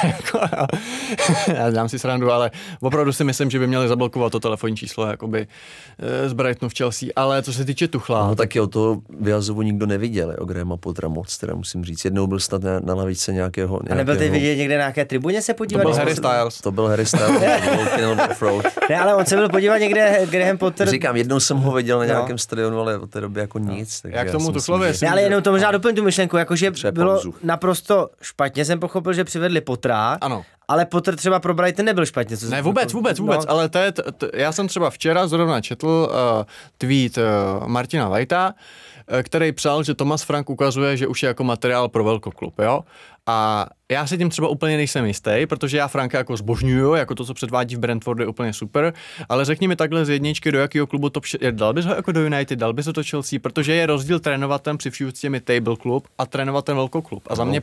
Já dám si srandu, ale opravdu si myslím, že by měli zablokovat to telefonní číslo jakoby z Brightonu v Chelsea, ale co se týče Tuchla... No taky o to vyjazovu nikdo neviděl, o Grahama Pottera moc, teda musím říct. Jednou byl snad na lavičce nějakého... A nebyl ty vidět někde na nějaké tribuně se podívat? To byl Harry Styles. To byl Harry Styles. Ale on se byl podívat někde Graham Potter. Říkám, jednou jsem ho viděl na nějakém stadionu, ale od té doby jako nic. Takže jak tomu Tuchlovi? Ale jenom to možná doplň tu myšlenku, jakože bylo naprosto špatně, jsem pochopil, že přivedli Pottera. Ano. Ale Potter třeba pro Brighton nebyl špatně. Ne, vůbec, ale já jsem třeba včera zrovna četl tweet Martina Vajta, který psal, že Thomas Frank ukazuje, že už je jako materiál pro velkoklub, jo? A já si tím třeba úplně nejsem jistý, protože já Franka jako zbožňuju, jako to, co předvádí v Brentfordu, je úplně super, ale řekni mi takhle z jedničky, do jakého klubu top 6, dal bys ho jako do United, dal bys ho do Chelsea, protože je rozdíl trénovat ten při vší úctě table klub a trénovat ten velkoklub. A za mě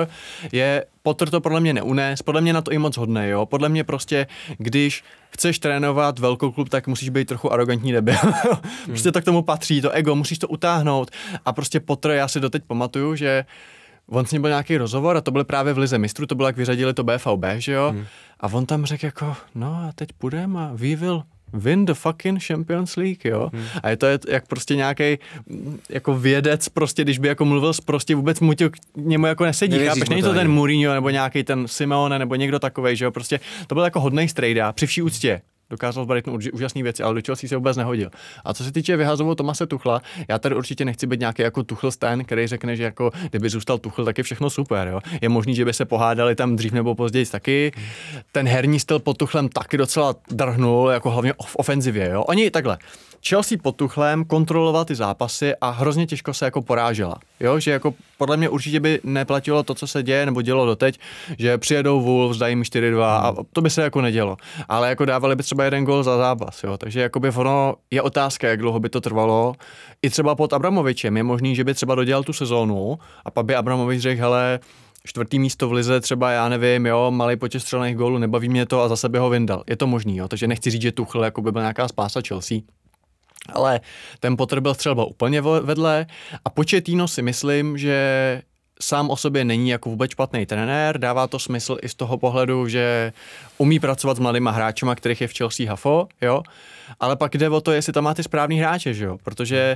Potter to podle mě neunes, podle mě na to i moc hodnej, jo. Podle mě prostě, když chceš trénovat velkoklub, tak musíš být trochu arrogantní debil. Prostě to k tomu patří, to ego, musíš to utáhnout. A prostě Potter, já si doteď pamatuju, že on s ním byl nějaký rozhovor a to byl právě v Lize mistrů, to bylo, jak vyřadili to BVB, že jo? A on tam řekl jako, no a teď půjdeme a we will win the fucking Champions League, jo? A je to jak prostě nějaký jako vědec prostě, když by jako mluvil prostě vůbec mu k němu jako nesedí, chápeš? Není to ten Mourinho nebo nějaký ten Simeone nebo někdo takovej, že jo? Prostě to byl jako hodnej strejda, při vší úctě. Dokázal v Brightonu úžasné věci, ale do Chelsea se vůbec nehodil. A co se týče vyhazovou Thomase Tuchla, já tady určitě nechci být nějaký jako Tuchel-stan, který řekne, že jako kdyby zůstal Tuchel, tak je všechno super, jo. Je možný, že by se pohádali tam dřív nebo později taky. Ten herní styl pod Tuchlem taky docela drhnul, jako hlavně v ofenzivě, jo. Oni takhle. Chelsea pod Tuchlem kontroloval ty zápasy a hrozně těžko se jako porážela. Jo, že jako podle mě určitě by neplatilo to, co se děje nebo dělo doteď, že přijedou Wolves, dají mi 4-2 a to by se jako nedělo. Ale jako dávali by třeba jeden gól za zápas, jo. Takže jakoby ono je otázka, jak dlouho by to trvalo. I třeba pod Abramovičem je možný, že by třeba dodělal tu sezónu a pak by Abramovič řekl, hele, 4. místo v lize, třeba já nevím, jo, malý počet střelných gólů, nebaví mě to a zase by ho vyndal. Je to možný, jo. Takže nechci říct, že Tuchel jako by byl nějaká spása Chelsea. Ale ten Potter byl třeba úplně vedle a Pochettino si myslím, že sám o sobě není jako vůbec špatný trenér, dává to smysl i z toho pohledu, že umí pracovat s mladýma hráčema, kterých je v Chelsea hafo, jo, ale pak jde o to, jestli tam má ty správný hráče, že jo, protože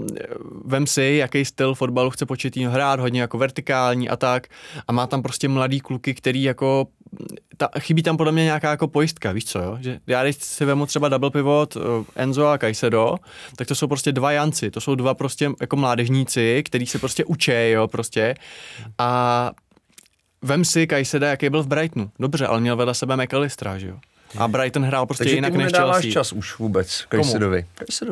vem si, jaký styl fotbalu chce Pochettino hrát, hodně jako vertikální a tak a má tam prostě mladý kluky, který jako chybí tam podle mě nějaká jako pojistka, víš co, jo? Že já když si vemu třeba double pivot Enzo a Caicedo, tak to jsou prostě dva Janci, to jsou dva prostě jako mládežníci, který se prostě učí, jo, prostě a vem si Caiceda, jaký byl v Brightonu, dobře, ale měl vedle sebe McAllistera, že jo. A Brighton hrál prostě takže jinak než Chelsea. Takže ty mu nedáváš čas už vůbec, Caicedovi.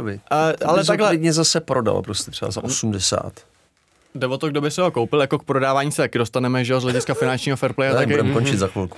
Ale takhle klidně zase prodal prostě třeba za 80. Jde o to, kdo by se ho koupil, jako k prodávání se taky dostaneme, že jo, z hlediska finančního fair play. Ne, budeme končit za chvilku.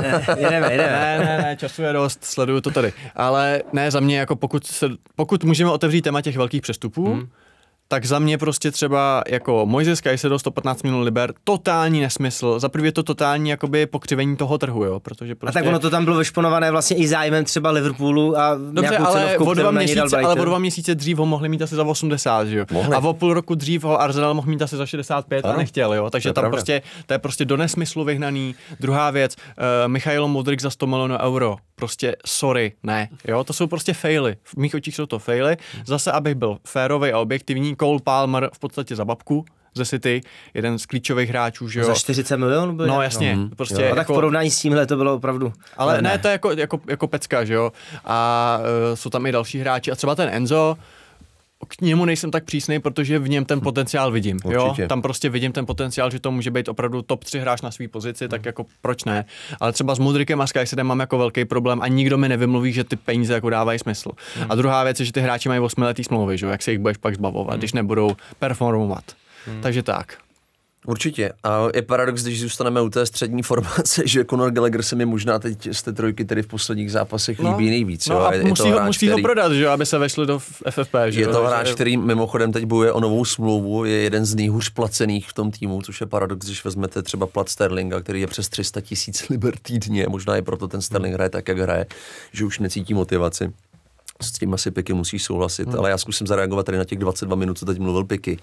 Ne, času je dost, sleduju to tady. Ale ne, za mě, jako pokud můžeme otevřít téma těch velkých přestupů, tak za mě prostě třeba jako Moises Caicedo 115 milionů liber, totální nesmysl. Za prvé je to totální jakoby pokřivení toho trhu, jo, protože prostě... A tak ono to tam bylo vyšponované vlastně i zájmem třeba Liverpoolu a dobře, ale o 2 měsíce dřív ho mohli mít asi za 80, že jo. A o půl roku dřív ho Arsenal mohl mít asi za 65 a nechtěl, jo. Takže tam prostě to je prostě do nesmyslu vyhnaný. Druhá věc, Michailo Mudryk za 100 milionů euro. Prostě sorry, ne, jo, to jsou prostě faily. V mých očích jsou to faily. Zase, abych byl férovej a objektivní, Cole Palmer v podstatě za babku ze City, jeden z klíčových hráčů, že jo. Za 40 milionů byl? No jasně, prostě. Jo. A tak v porovnání s tímhle to bylo opravdu. Ale ne, to je jako pecka, že jo. A jsou tam i další hráči a třeba ten Enzo, k němu nejsem tak přísnej, protože v něm ten potenciál vidím. Jo? Tam prostě vidím ten potenciál, že to může být opravdu top 3 hráč na své pozici, tak jako proč ne? Ale třeba s Mudrykem a s Caisedem mám jako velký problém a nikdo mi nevymluví, že ty peníze jako dávají smysl. A druhá věc je, že ty hráči mají 8letý smlouvy, že? Jak se jich budeš pak zbavovat, když nebudou performovat. Takže tak. Určitě. A je paradox, když zůstaneme u té střední formace, že Conor Gallagher se mi možná teď z té trojky tedy v posledních zápasech líbí nejvíc. No, a musí ho prodat, že, aby se vešli do FFP. Že, je to hráč, který mimochodem teď bojuje o novou smlouvu, je jeden z nejhůř placených v tom týmu, což je paradox, když vezmete třeba plat Sterlinga, který je přes 300 000 liber týdně, možná i proto ten Sterling hraje tak, jak hraje, že už necítí motivaci. S tím asi Piky musí souhlasit, ale já zkusím zareagovat tady na těch 22 minut, co teď mluvil Piky.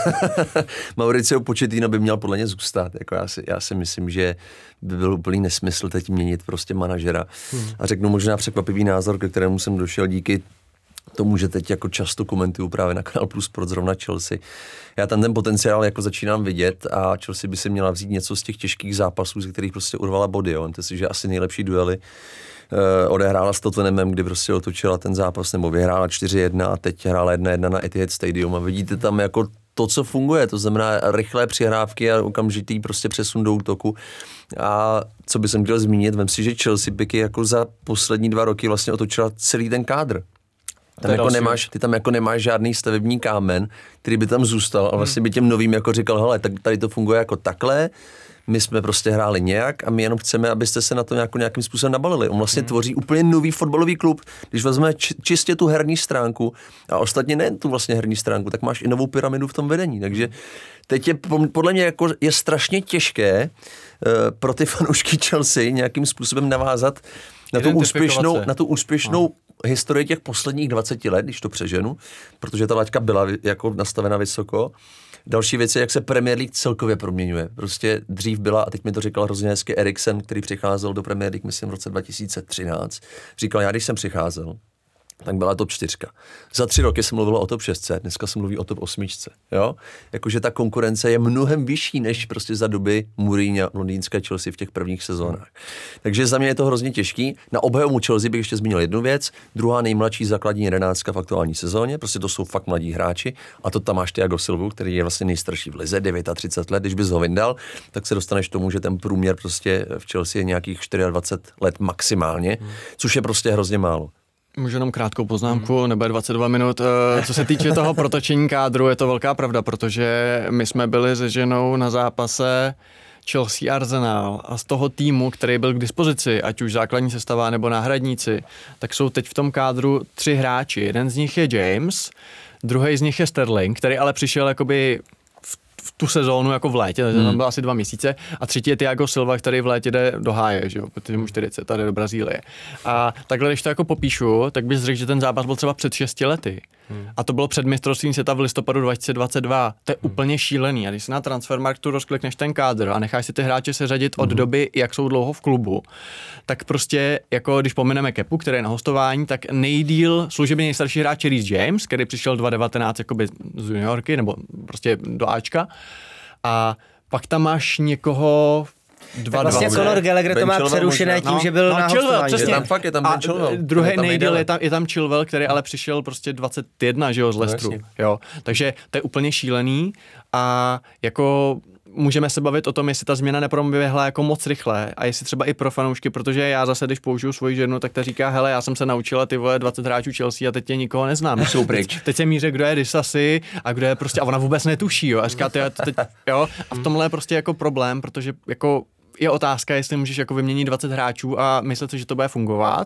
Mauricio Pochettino by měl podle mě zůstat. Jako já si myslím, že by byl úplný nesmysl teď měnit prostě manažera. A řeknu možná překvapivý názor, ke kterému jsem došel díky tomu, že teď jako často komentuju právě na Kanál Plus Sport zrovna Chelsea. Já tam ten potenciál jako začínám vidět a Chelsea by si měla vzít něco z těch těžkých zápasů, ze kterých prostě urvala body. Vemte si, že asi nejlepší duely odehrála s Tottenhamem, kdy prostě otočila ten zápas, nebo vyhrála 4-1 a teď hrála 1-1 na Etihad Stadium a vidíte tam jako to, co funguje, to znamená rychlé přihrávky a okamžitý prostě přesun do útoku. A co by jsem chtěl zmínit, vem si, že Chelsea Piky jako za poslední 2 roky vlastně otočila celý ten kádr. Ty tam jako nemáš žádný stavební kámen, který by tam zůstal a vlastně by těm novým jako říkal, hele, tak tady to funguje jako takhle, my jsme prostě hráli nějak a my jenom chceme, abyste se na to nějakým způsobem nabalili. On vlastně tvoří úplně nový fotbalový klub. Když vezmeme čistě tu herní stránku a ostatně ne tu vlastně herní stránku, tak máš i novou pyramidu v tom vedení. Takže teď je podle mě jako je strašně těžké pro ty fanoušky Chelsea nějakým způsobem navázat na tu úspěšnou historii těch posledních 20 let, když to přeženu, protože ta laťka byla jako nastavena vysoko. Další věc je, jak se Premier League celkově proměňuje. Prostě dřív byla, a teď mi to říkal hrozně hezky Eriksen, který přicházel do Premier League, myslím v roce 2013. Říkal, já když jsem přicházel, tak byla top 4. Za 3 roky se mluvilo o top 6, dneska se mluví o top 8. Jo? Jakože ta konkurence je mnohem vyšší, než prostě za doby Mourinha, londýnské Chelsea v těch prvních sezónách. Takže za mě je to hrozně těžký. Na obhajobu Chelsea bych ještě zmínil jednu věc. Druhá nejmladší základní 11 v aktuální sezóně, prostě to jsou fakt mladí hráči. A to tam máš Thiago Silvu, který je vlastně nejstarší v lize, 39 let. Když bys ho vyndal, tak se dostaneš k tomu, že ten průměr prostě v Chelsea je nějakých 24 let maximálně, což je prostě hrozně málo. Můžu jenom krátkou poznámku, nebude 22 minut. Co se týče toho protočení kádru, je to velká pravda, protože my jsme byli se ženou na zápase Chelsea Arsenal a z toho týmu, který byl k dispozici, ať už základní sestava nebo náhradníci, tak jsou teď v tom kádru 3 hráči. Jeden z nich je James, druhý z nich je Sterling, který ale přišel jakoby v tu sezónu jako v létě, tam bylo asi 2 měsíce, a třetí je Thiago Silva, který v létě jde do háje, že jo, protože mu 40 tady do Brazílie. A takhle, když to jako popíšu, tak bys řekl, že ten zápas byl třeba před 6 lety. A to bylo před mistrovstvím světa v listopadu 2022. To je úplně šílený. A když si na Transfermarktu rozklikneš ten kádr a necháš si ty hráče seřadit od doby, jak jsou dlouho v klubu, tak prostě, jako když pomineme Kepu, který je na hostování, tak nejdýl služebně nejstarší hráč je Reece James, který přišel 2019 jakoby z juniorky, nebo prostě do Ačka. A pak tam máš někoho... Vlastně Conor Gallagher to má přerušené tím, že byl na hostování. Je tam Ben Chilwell. Druhý nejdýl je tam Chilwell, který ale přišel prostě 21, že jo, z Leicesteru. Jo. Takže to je úplně šílený a jako můžeme se bavit o tom, jestli ta změna neproběhla jako moc rychle a jestli třeba i pro fanoušky, protože já zase, když použiju svoji ženu, tak ta říká, hele, já jsem se naučila ty vole 20 hráčů Chelsea a teď tě nikoho neznám. Jsou pryč. Teď se míře, kdo je Disasi a kdo je prostě, a ona vůbec netuší, jo, a říká, teď, jo, a v tomhle je prostě jako problém, protože jako je otázka, jestli můžeš jako vyměnit 20 hráčů a myslet si, že to bude fungovat.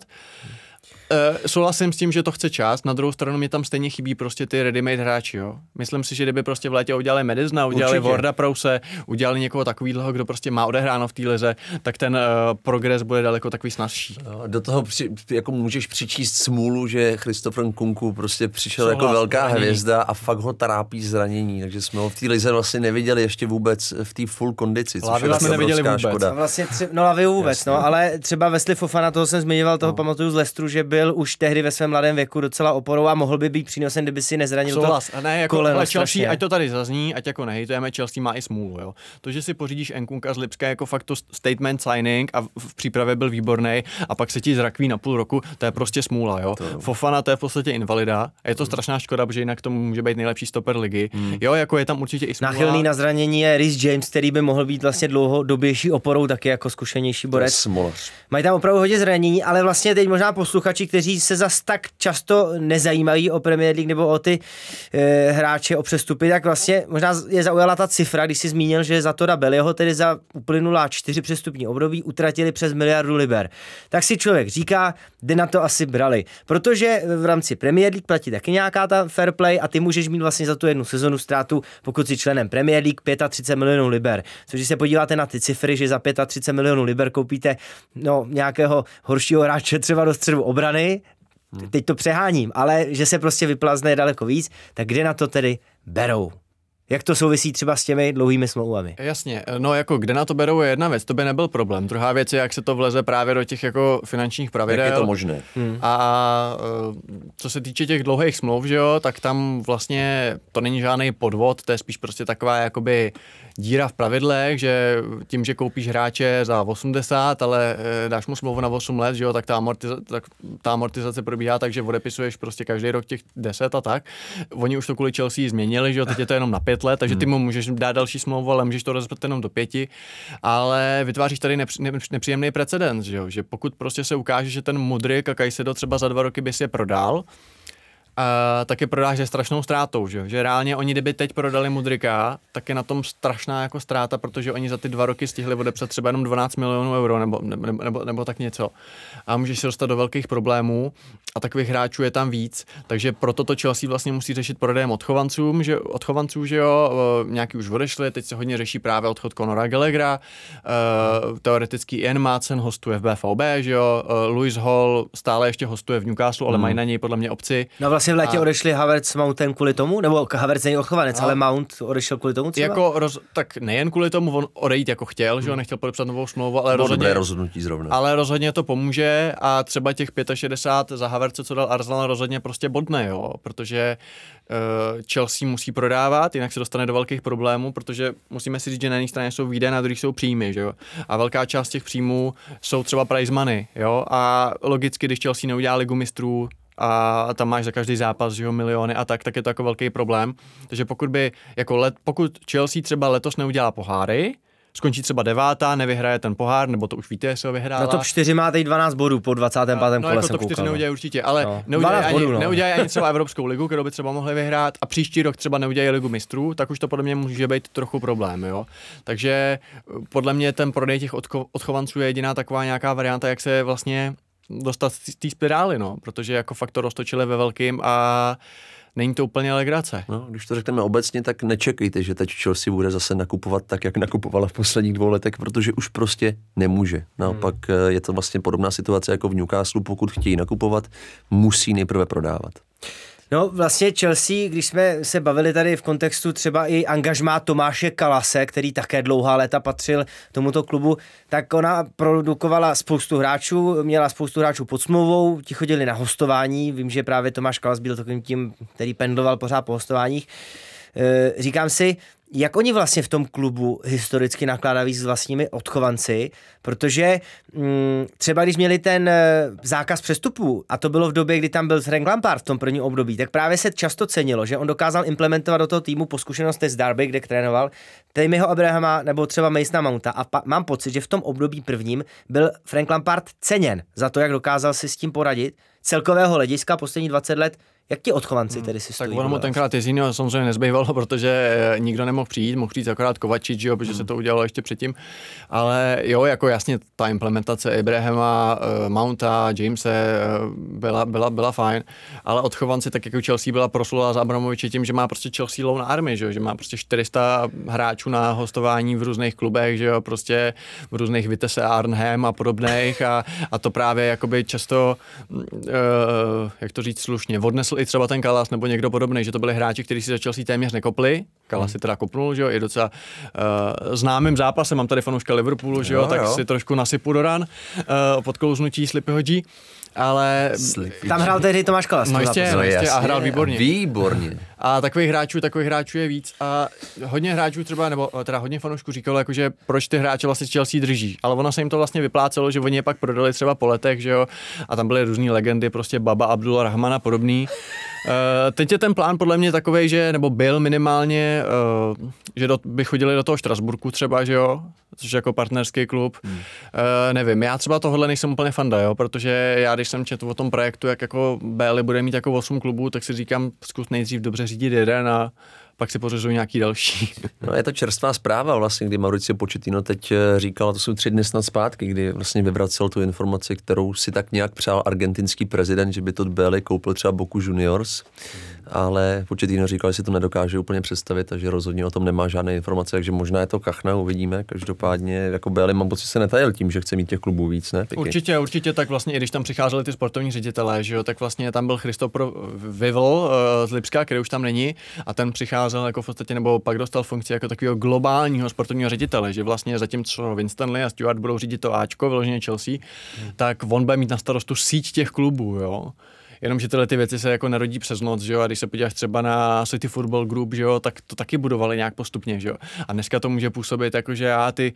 Souhlasím s tím, že to chce čas, na druhou stranu mi tam stejně chybí prostě ty ready-made hráči, jo. Myslím si, že kdyby prostě v létě udělali Madisona, udělali Warda Prowse, udělali někoho takového, kdo prostě má odehráno v té lize, tak ten progres bude daleko takový snazší. Do toho jako můžeš přičíst smůlu, že Christopher Nkunku prostě přišel jako velká hvězda a fakt ho trápí zranění, takže jsme ho v té lize vlastně neviděli ještě vůbec v té full kondici, což je vlastně neviděli vůbec. Škoda. Vlastně Lavy vůbec, no, ale třeba Wesley Fofana, toho jsem zmiňoval, toho pamatuju z Leicesteru, že byl už tehdy ve svém mladém věku docela oporou a mohl by být přínosem, kdyby si nezranil Souhlas. to a ne, jako, koleno. Chelsea, ať to tady zazní, ať jako nehejtujeme, Chelsea má i smůlu, jo. To, že si pořídíš Nkunka z Lipska jako fakt to statement signing a v přípravě byl výborný a pak se ti zrakví na půl roku, to je prostě smůla, jo. Fofana, to je v podstatě invalida a je to strašná škoda, protože jinak to může být nejlepší stoper ligy. Jo, jako je tam určitě i smůla. Náchylný na zranění je Reece James, který by mohl být vlastně dlouhodobější oporou, taky jako zkušenější borec. Mají tam opravdu hodně zranění, ale vlastně teď možná posluchači, kteří se zas tak často nezajímají o Premier League nebo o ty hráče, o přestupy, tak vlastně možná je zaujala ta cifra, když si zmínil, že za Toda Bellyho, tedy za uplynulá 4 přestupní období, utratili přes 1 miliardu liber. Tak si člověk říká, kde na to asi brali. Protože v rámci Premier League platí taky nějaká ta fair play a ty můžeš mít vlastně za tu jednu sezonu ztrátu, pokud jsi členem Premier League, 35 milionů liber. Což když se podíváte na ty cifry, že za 35 milionů liber koupíte nějakého horšího hráče třeba do středu obrany, teď to přeháním, ale že se prostě vyplazne daleko víc, tak kde na to tedy berou? Jak to souvisí třeba s těmi dlouhými smlouvami? Jasně, no jako kde na to berou je jedna věc, to by nebyl problém. Druhá věc je, jak se to vleze právě do těch jako finančních pravidel. Jak je to možné? A co se týče těch dlouhých smluv, že jo, tak tam vlastně to není žádný podvod, to je spíš prostě taková jakoby díra v pravidlech, že tím, že koupíš hráče za 80, ale dáš mu smlouvu na 8 let, že jo, tak ta amortizace probíhá tak, že odepisuješ prostě každý rok těch 10 a tak. Oni už to kvůli Chelsea změnili, že jo, teď je to jenom na 5 let, takže ty mu můžeš dát další smlouvu, ale můžeš to rozpět jenom do 5, ale vytváříš tady nepříjemný precedens, že pokud prostě se ukáže, že ten Mudryk a Caicedo třeba za 2 roky by si je prodal, tak je prodáš se strašnou ztrátou, že reálně oni, kdyby teď prodali Mudryka, tak je na tom strašná jako ztráta, protože oni za ty 2 roky stihli odepsat třeba jenom 12 milionů euro nebo tak něco. A můžeš se dostat do velkých problémů a takových hráčů je tam víc, takže proto to Chelsea vlastně musí řešit prodejem odchovanců, že jo, nějaký už odešli, teď se hodně řeší právě odchod Conora Gallaghera, teoreticky Ian Maatsen hostuje v BVB, že jo, Lewis Hall stále ještě hostuje v Newcastle, ale mají na něj podle mě opci. No vlastně v létě odešli Havertz s Mountem kvůli tomu? Nebo Havertz není odchovanec, ale Mount odešel kvůli tomu třeba? Tak nejen kvůli tomu, on odejít jako chtěl, že on nechtěl podepsat novou smlouvu, ale dobré rozhodnutí zrovna. Ale rozhodně to pomůže a třeba těch 65 za Havertze, co dal Arsenal, rozhodně prostě bodne, jo, protože Chelsea musí prodávat, jinak se dostane do velkých problémů, protože musíme si říct, že na jedné straně jsou výdaje, na druhé jsou příjmy, že jo. A velká část těch příjmů jsou třeba prize money, jo, a logicky, když Chelsea neudělá ligu mistrů, a tam máš za každý zápas, že jo, miliony a tak je to jako velký problém. Takže pokud Chelsea třeba letos neudělá poháry, skončí třeba 9, nevyhraje ten pohár, nebo to už víte, jestli ho vyhrála. Na top 4 má teď 12 bodů po 25. kole jako jsem top 4 koukal. neudělají určitě, ale neudělají ani třeba Evropskou ligu, kterou by třeba mohli vyhrát a příští rok třeba neudělají ligu mistrů, tak už to podle mě může být trochu problém, jo. Takže podle mě ten prodej těch odchovanců je jediná taková nějaká varianta, jak se vlastně dostat z té spirály, no, protože jako fakt to roztočili ve velkým a není to úplně legrace. No, když to řekneme obecně, tak nečekejte, že teď Chelsea bude zase nakupovat tak, jak nakupovala v posledních 2 letech, protože už prostě nemůže. Naopak je to vlastně podobná situace jako v Newcastle, pokud chtějí nakupovat, musí nejprve prodávat. No vlastně Chelsea, když jsme se bavili tady v kontextu třeba i angažmá Tomáše Kalase, který také dlouhá léta patřil tomuto klubu, tak ona produkovala spoustu hráčů, měla spoustu hráčů pod smlouvou, ti chodili na hostování, vím, že právě Tomáš Kalas byl takovým tím, který pendloval pořád po hostováních. Říkám si, jak oni vlastně v tom klubu historicky nakládají s vlastními odchovanci, protože třeba když měli ten zákaz přestupů, a to bylo v době, kdy tam byl Frank Lampard v tom prvním období, tak právě se často cenilo, že on dokázal implementovat do toho týmu po zkušenosti z Derby, kde trénoval, Tammyho Abrahama nebo třeba Masona Mounta a mám pocit, že v tom období prvním byl Frank Lampard ceněn za to, jak dokázal si s tím poradit. Celkového hlediska poslední 20 let, jak ti odchovanci tedy si stojí? Tak ono mu tenkrát Jezíno samozřejmě nezbývalo, protože nikdo nemohl přijít akorát Kovačič, jo, protože se to udělalo ještě předtím, ale jo, jako jasně ta implementace Abrahama, Mounta, Jamese byla fajn, ale odchovanci tak jako Chelsea byla proslula za Abramoviče tím, že má prostě Chelsea Loan Army, že má prostě 400 hráčů na hostování v různých klubech, že jo, prostě v různých Vitesse a Arnhem a podobných a to právě jakoby často, jak to říct slušně, odnesl i třeba ten Kalas nebo někdo podobný, že to byli hráči, kteří si za Chelsea téměř nekopli. Kalas si teda kopnul, že jo, i docela známým zápasem, mám tady fanouška Liverpoolu, že jo, tak si trošku nasypu do ran podklouznutí Slippyho G. Ale tam hrál tehdy Tomáš Kalas. No jistě, a hrál výborně. Výborně. A takových hráčů je víc a hodně hráčů třeba, nebo teda hodně fanoušků říkalo, jakože proč ty hráče vlastně Chelsea drží. Ale ono se jim to vlastně vyplácelo, že oni je pak prodali třeba po letech, že jo, a tam byly různý legendy, prostě Baba, Abdullah Rahman a podobný. Teď je ten plán podle mě takovej, že, nebo byl minimálně, že by chodili do toho Štrasburku třeba, že jo, což jako partnerský klub. Nevím, já třeba tohle nejsem úplně fanda, jo, protože já, když jsem četl o tom projektu, jak jako BL bude mít jako 8 klubů, tak si říkám, zkus nejdřív dobře řídit jeden a pak si pořizují nějaký další. No je to čerstvá zpráva vlastně, kdy Mauricio Pochettino teď říkal, to jsou 3 dny snad zpátky, kdy vlastně vyvracel tu informaci, kterou si tak nějak přál argentinský prezident, že by to BL koupil třeba Boca Juniors. ale Pochettino říkal, že si to nedokáže úplně představit a že rozhodně o tom nemá žádné informace, takže možná je to kachna, uvidíme. Každopádně jako Bailey mám pocit, se netajil tím, že chce mít těch klubů víc, ne? Určitě, tak vlastně i když tam přicházeli ty sportovní ředitelé, že jo, tak vlastně tam byl Christopher Vivel z Lipska, který už tam není, a ten přicházel jako v podstatě, nebo pak dostal funkci jako takového globálního sportovního ředitele, že vlastně zatímco Winston Lee a Stuart budou řídit to Ačko, vyloženě Chelsea, tak on bude mít na starostu síť těch klubů, jo. Jenomže tyhle ty věci se jako nerodí přes noc, že jo, a když se podíváš třeba na City Football Group, že jo, tak to taky budovali nějak postupně, že jo. A dneska to může působit jako, že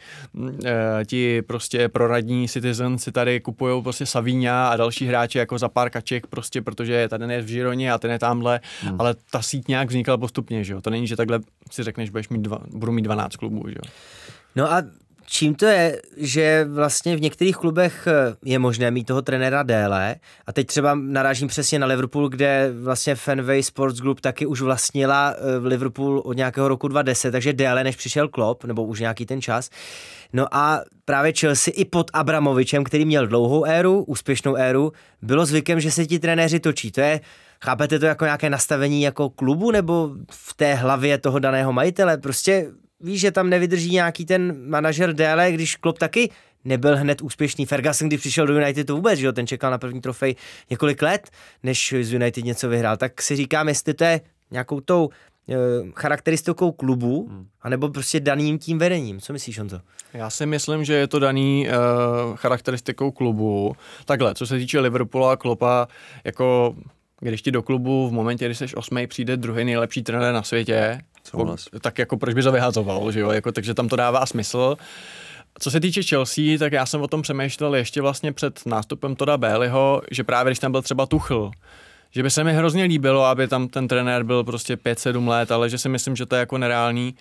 ti prostě proradní Citizen si tady kupujou prostě Savíňa a další hráče jako za pár kaček prostě, protože tady je v Žironě a ten je tamhle, ale ta síť nějak vznikla postupně, že jo. To není, že takhle si řekneš, budu mít 12 klubů, že jo. No a čím to je, že vlastně v některých klubech je možné mít toho trenéra déle a teď třeba narážím přesně na Liverpool, kde vlastně Fenway Sports Group taky už vlastnila Liverpool od nějakého roku 2010, takže déle než přišel Klopp, nebo už nějaký ten čas. No a právě Chelsea i pod Abramovičem, který měl dlouhou éru, úspěšnou éru, bylo zvykem, že se ti trenéři točí. To je, chápete to jako nějaké nastavení jako klubu nebo v té hlavě toho daného majitele? Prostě víš, že tam nevydrží nějaký ten manažer déle, když Klopp taky nebyl hned úspěšný. Ferguson, když přišel do United, to vůbec, že jo, ten čekal na první trofej několik let, než z United něco vyhrál. Tak si říkám, jestli to je nějakou tou charakteristikou klubu, anebo prostě daným tím vedením. Co myslíš, Honzo? Já si myslím, že je to daný charakteristikou klubu. Takhle, co se týče Liverpoolu a Kloppa, jako když ti do klubu v momentě, kdy jsi 8. přijde druhý nejlepší trenér na světě, tak jako proč by to vyhazoval, že jo? Jako, takže tam to dává smysl. Co se týče Chelsea, tak já jsem o tom přemýšlel ještě vlastně před nástupem Todda Baileyho, že právě když tam byl třeba Tuchel, že by se mi hrozně líbilo, aby tam ten trenér byl prostě 5-7 let, ale že si myslím, že to je jako nereálný,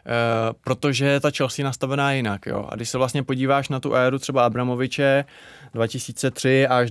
protože ta Chelsea nastavená jinak, jo. A když se vlastně podíváš na tu éru třeba Abramoviče 2003 až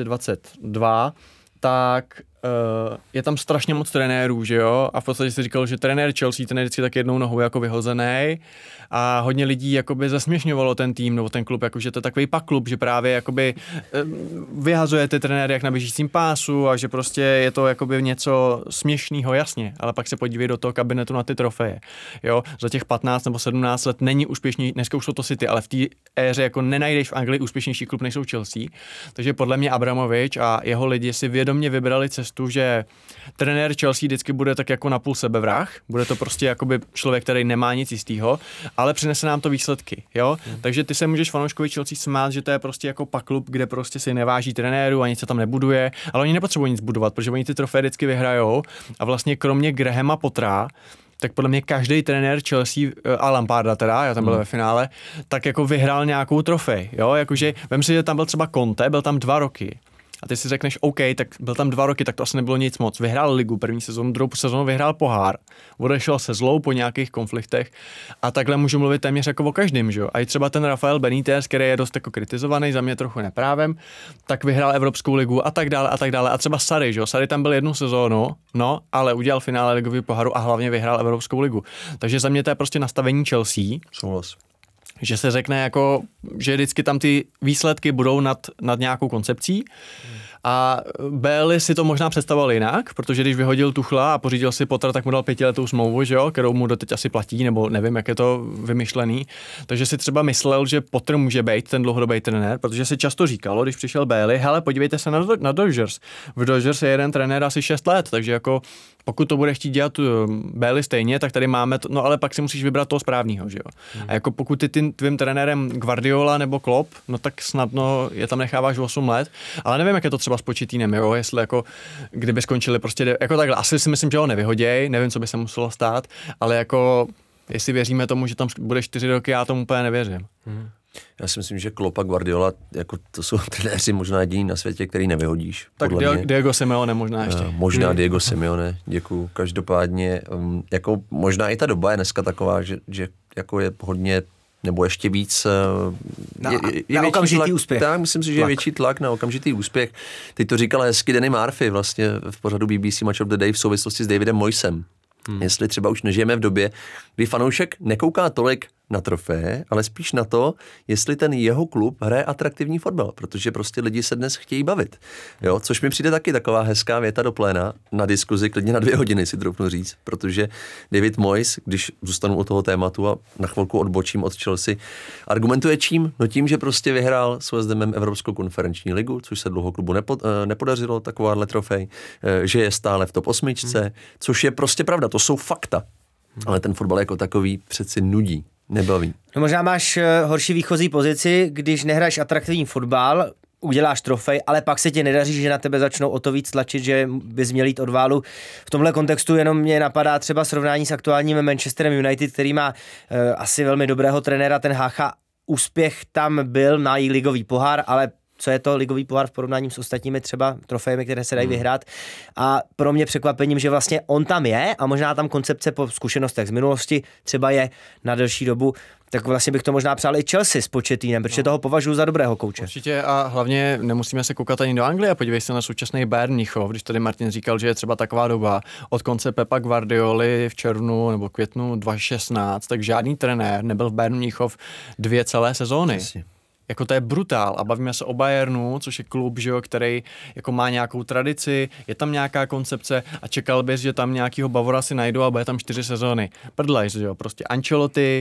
2022, tak je tam strašně moc trenérů, že jo, a v podstatě si říkal, že trenér Chelsea, ten je vždycky tak jednou nohou jako vyhozený a hodně lidí jakoby zasměšňovalo ten tým nebo ten klub, jakože to je takový pak klub, že právě jakoby vyhazuje ty trenéry jak na běžícím pásu a že prostě je to jakoby něco směšného, jasně, ale pak se podívej do toho kabinetu na ty trofeje, jo, za těch 15 nebo 17 let není úspěšný, dneska už jsou to City, ale v té éře jako nenajdeš v Anglii úspěšnější klub, než jsou Chelsea, takže podle mě Abramovič a jeho lidi si vědomě vybrali cestu, že trenér Chelsea vždycky bude tak jako napůl sebevrah, bude to prostě jakoby člověk, který nemá nic jistého, ale přinese nám to výsledky, jo? Takže ty se můžeš fanouškovi Chelsea smát, že to je prostě jako pak klub, kde prostě si neváží trenéru a nic se tam nebuduje, ale oni nepotřebují nic budovat, protože oni ty trofeje vždycky vyhrajou a vlastně kromě Grahama Pottera, tak podle mě každý trenér Chelsea a Lamparda teda, já tam byl ve finále, tak jako vyhrál nějakou trofej, jo? Jakože vem si, že tam byl třeba Conte, byl tam 2 roky. A ty si řekneš, OK, tak byl tam 2 roky, tak to asi nebylo nic moc. Vyhrál ligu první sezónu, druhou sezónu vyhrál pohár, odešel se zlou po nějakých konfliktech a takhle můžu mluvit téměř jako o každém, že jo. A i třeba ten Rafael Benítez, který je dost jako kritizovaný, za mě trochu neprávem, tak vyhrál Evropskou ligu a tak dále a tak dále. A třeba Sarri, že jo. Sarri tam byl 1 sezónu, no, ale udělal finále ligového poháru a hlavně vyhrál Evropskou ligu. Takže za mě to je prostě nastavení Chelsea. Souhlas. Že se řekne jako, že vždycky tam ty výsledky budou nad nějakou koncepcí a Bailey si to možná představoval jinak, protože když vyhodil Tuchla a pořídil si Pottera, tak mu dal 5letou smlouvu, že jo, kterou mu doteď asi platí, nebo nevím, jak je to vymyšlený. Takže si třeba myslel, že Potter může být ten dlouhodobý trenér, protože si často říkalo, když přišel Bailey, hele, podívejte se na Dodgers. V Dodgers je jeden trenér asi 6 let, takže jako pokud to bude chtít dělat Bailey stejně, tak tady máme to, no ale pak si musíš vybrat toho správného, že jo. A jako pokud ty tvým trenérem Guardiola nebo Klopp, no tak snadno je tam necháváš 8 let, ale nevím, jak je to třeba s Pochetinem, jo, jestli jako kdyby skončili prostě jako takhle, asi si myslím, že ho nevyhoděj, nevím, co by se muselo stát, ale jako jestli věříme tomu, že tam bude 4 roky, já tomu úplně nevěřím. Já si myslím, že Klopp a Guardiola, jako to jsou trenéři možná jediní na světě, který nevyhodíš. Tak Diego Simeone možná ještě. Možná Diego Simeone, děkuju. Každopádně, jako možná i ta doba je dneska taková, že jako je hodně nebo ještě víc na okamžitý tlak, úspěch. Tak, myslím si, že je větší tlak na okamžitý úspěch. Teď to říkal hezky Danny Murphy vlastně v pořadu BBC Match of the Day v souvislosti s Davidem Moyesem. Jestli třeba už nežijeme v době, kdy fanoušek nekouká tolik na trofeje, ale spíš na to, jestli ten jeho klub hraje atraktivní fotbal, protože prostě lidi se dnes chtějí bavit. Jo? Což mi přijde taky taková hezká věta do pléna na diskuzi, klidně na 2 hodiny si troufnu říct, protože David Moyes, když zůstanu u toho tématu a na chvilku odbočím od Chelsea, argumentuje čím? No tím, že prostě vyhrál s West Hamem Evropskou konferenční ligu, což se dlouho klubu nepodařilo, takováhle trofej, že je stále v top 8, což je prostě pravda, to jsou fakta. Ale ten fotbal jako takový přeci nudí, nebaví. No možná máš horší výchozí pozici, když nehraješ atraktivní fotbal, uděláš trofej, ale pak se ti nedaří, že na tebe začnou o to víc tlačit, že bys měl jít od válu. V tomhle kontextu jenom mě napadá třeba srovnání s aktuálním Manchesterem United, který má asi velmi dobrého trenéra, ten Hácha. Úspěch tam byl, má i ligový pohár, ale co je to ligový pohár v porovnání s ostatními třeba trofejemi, které se dají vyhrát. A pro mě překvapením, že vlastně on tam je a možná tam koncepce po zkušenostech z minulosti třeba je na delší dobu, tak vlastně bych to možná přál i Chelsea s Pochetinem, protože toho považuji za dobrého kouče. Určitě a hlavně nemusíme se koukat ani do Anglie, podívej se na současný Bayern Mnichov, když tady Martin říkal, že je třeba taková doba od konce Pepa Guardioli v červnu nebo květnu 2016, tak žádný trenér nebyl v Bayern Mnichov 2 celé sezóny. Jasně. Jako to je brutál a bavíme se o Bayernu, což je klub, že jo, který jako má nějakou tradici, je tam nějaká koncepce a čekal bys, že tam nějakýho Bavora si najdou a bude tam 4 sezóny. Prdlej, že jo, prostě Ancelotti,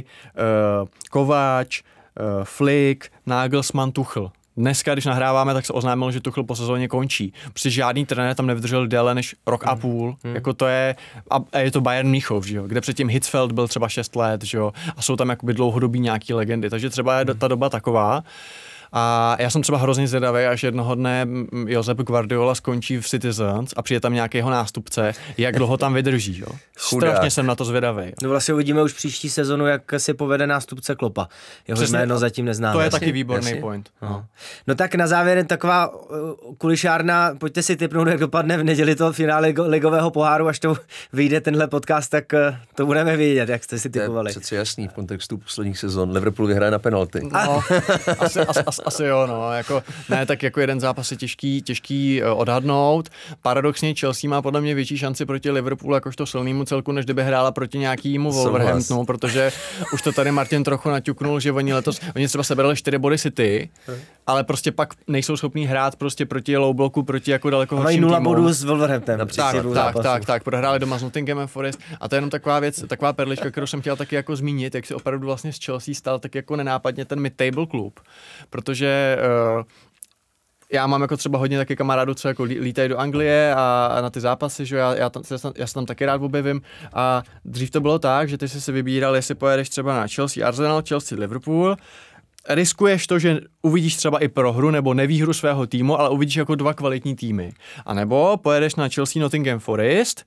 Kováč, Flick, Nagelsmann, Tuchel. Dneska, když nahráváme, tak se oznámilo, že Tuchel po sezóně končí. Protože žádný trenér tam nevydržel déle než rok a půl. Jako to je, a je to Bayern Mnichov, že jo, kde předtím Hitzfeld byl třeba 6 let, že jo, a jsou tam jakoby dlouhodobí nějaký legendy. Takže třeba je ta doba taková. A já jsem třeba hrozně zvědavý, až jednoho dne Josep Guardiola skončí v Citizens a přijde tam nějaký jeho nástupce, jak dlouho tam vydrží, jo. Strašně jsem na to zvědavý. No vlastně uvidíme už příští sezonu, jak si povede nástupce Klopa. Jeho jméno zatím neznáme. To je taky výborný point. No tak na závěr taková kulišárna, pojďte si tipnout, jak dopadne v neděli to finále ligového poháru, až to vyjde tenhle podcast, tak to budeme vědět, jak jste si tipovali. To je přece jasný v kontextu posledních sezon. Liverpool vyhraje na penalty. No, asi jo, no, jako, ne, tak jako jeden zápas je těžký odhadnout. Paradoxně Chelsea má podle mě větší šanci proti Liverpoolu jakožto silnému celku, než kdyby hrála proti nějakému Wolverhamptonu, protože už to tady Martin trochu naťuknul, že oni třeba sebrali 4 body City, ale prostě pak nejsou schopní hrát prostě proti low bloku, proti jako daleko horším týmům. Mají 0 bodů s Wolverhamptonem. Tak, prohráli doma s Nottinghamem Forest a to je jenom taková věc, taková perlička, kterou jsem chtěl taky jako zmínit, jak si opravdu vlastně z Chelsea stal tak jako nenápadně ten mid-table klub, protože já mám jako třeba hodně taky kamarádů, co jako lítají do Anglie a na ty zápasy, že já se tam taky rád objevím a dřív to bylo tak, že ty jsi si vybíral, jestli pojedeš třeba na Chelsea Arsenal, Chelsea Liverpool, riskuješ to, že uvidíš třeba i prohru nebo nevýhru svého týmu, ale uvidíš jako 2 kvalitní týmy. A nebo pojedeš na Chelsea Nottingham Forest,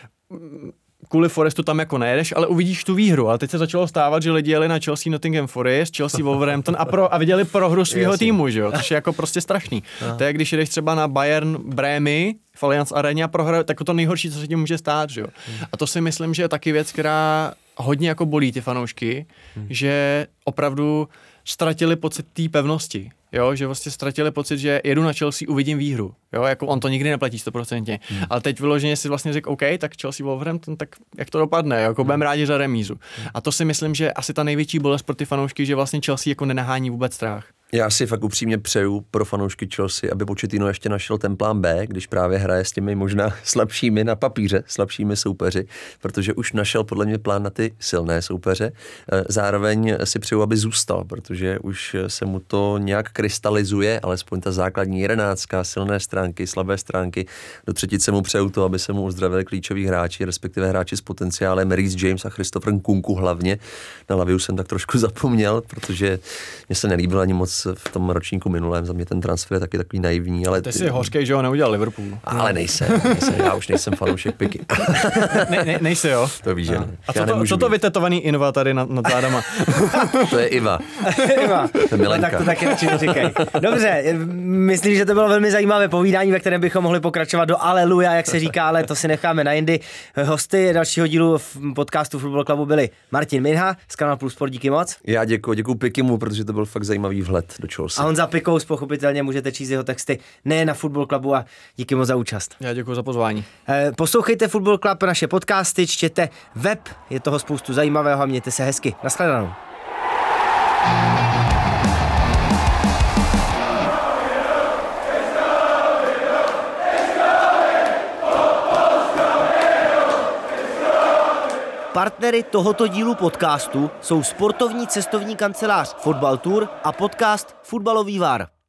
kvůli Forestu tam jako nejedeš, ale uvidíš tu výhru. Ale teď se začalo stávat, že lidi jeli na Chelsea Nottingham Forest, Chelsea Wolverhampton a viděli prohru svého týmu, že jo? Což je jako prostě strašný. To je, když jdeš třeba na Bayern Brémy v Allianz Areně a prohraju, tak to nejhorší, co se tím může stát, že jo? A to si myslím, že je taky věc, která hodně jako bolí ty fanoušky, že opravdu ztratili pocit té pevnosti. Jo, že vlastně ztratili pocit, že jedu na Chelsea, uvidím výhru. Jo, jako on to nikdy neplatí 100%. Ale teď vyloženě si vlastně řekl, OK, tak Chelsea Wolverhampton, tak jak to dopadne, jako budeme rádi za remízu. A to si myslím, že asi ta největší bolest pro ty fanoušky, že vlastně Chelsea jako nenahání vůbec strach. Já si fakt upřímně přeju pro fanoušky Chelsea, aby Pochettino ještě našel ten plán B, když právě hraje s těmi možná slabšími na papíře, slabšími soupeři, protože už našel podle mě plán na ty silné soupeře. Zároveň si přeju, aby zůstal, protože už se mu to nějak krystalizuje, alespoň ta základní 11, silné stránky, slabé stránky. Do třetice mu přeju to, aby se mu uzdravili klíčoví hráči, respektive hráči s potenciálem Reece James a Christopher Nkunku hlavně. Na Laviu jsem tak trošku zapomněl, protože mě se nelíbil ani moc v tom ročníku minulém, za mě ten transfer je taky takový naivní, ale... Ty jsi hořkej, že ho neudělal Liverpool. Ale nejsem, já už nejsem fanoušek Piky. Nejsi, jo? To víš, že ne. A co to vytetovaný Inva tady nad zádama? To je Iva. To je Milenka. Tak to taky radši neříkej. Dobře, myslím, že to bylo velmi zajímavé povídání, ve kterém bychom mohli pokračovat do aleluja, jak se říká, ale to si necháme na jindy. Hosty dalšího dílu v podcastu Football Clubu byli Martin Minha z Kanal Plus Sport, díky moc. Já děkuji Pikymu, protože to byl fakt zajímavý vhled do Chelsea. A on za Pikous pochopitelně můžete číst jeho texty nejen na Football Clubu a díky moc za účast. Já děkuji za pozvání. Poslouchejte Football Club, naše podcasty, čtěte web, je toho spoustu zajímavého a mějte se hezky. Nashledanou. Partnery tohoto dílu podcastu jsou sportovní cestovní kancelář Fotbal Tour a podcast Fotbalový var.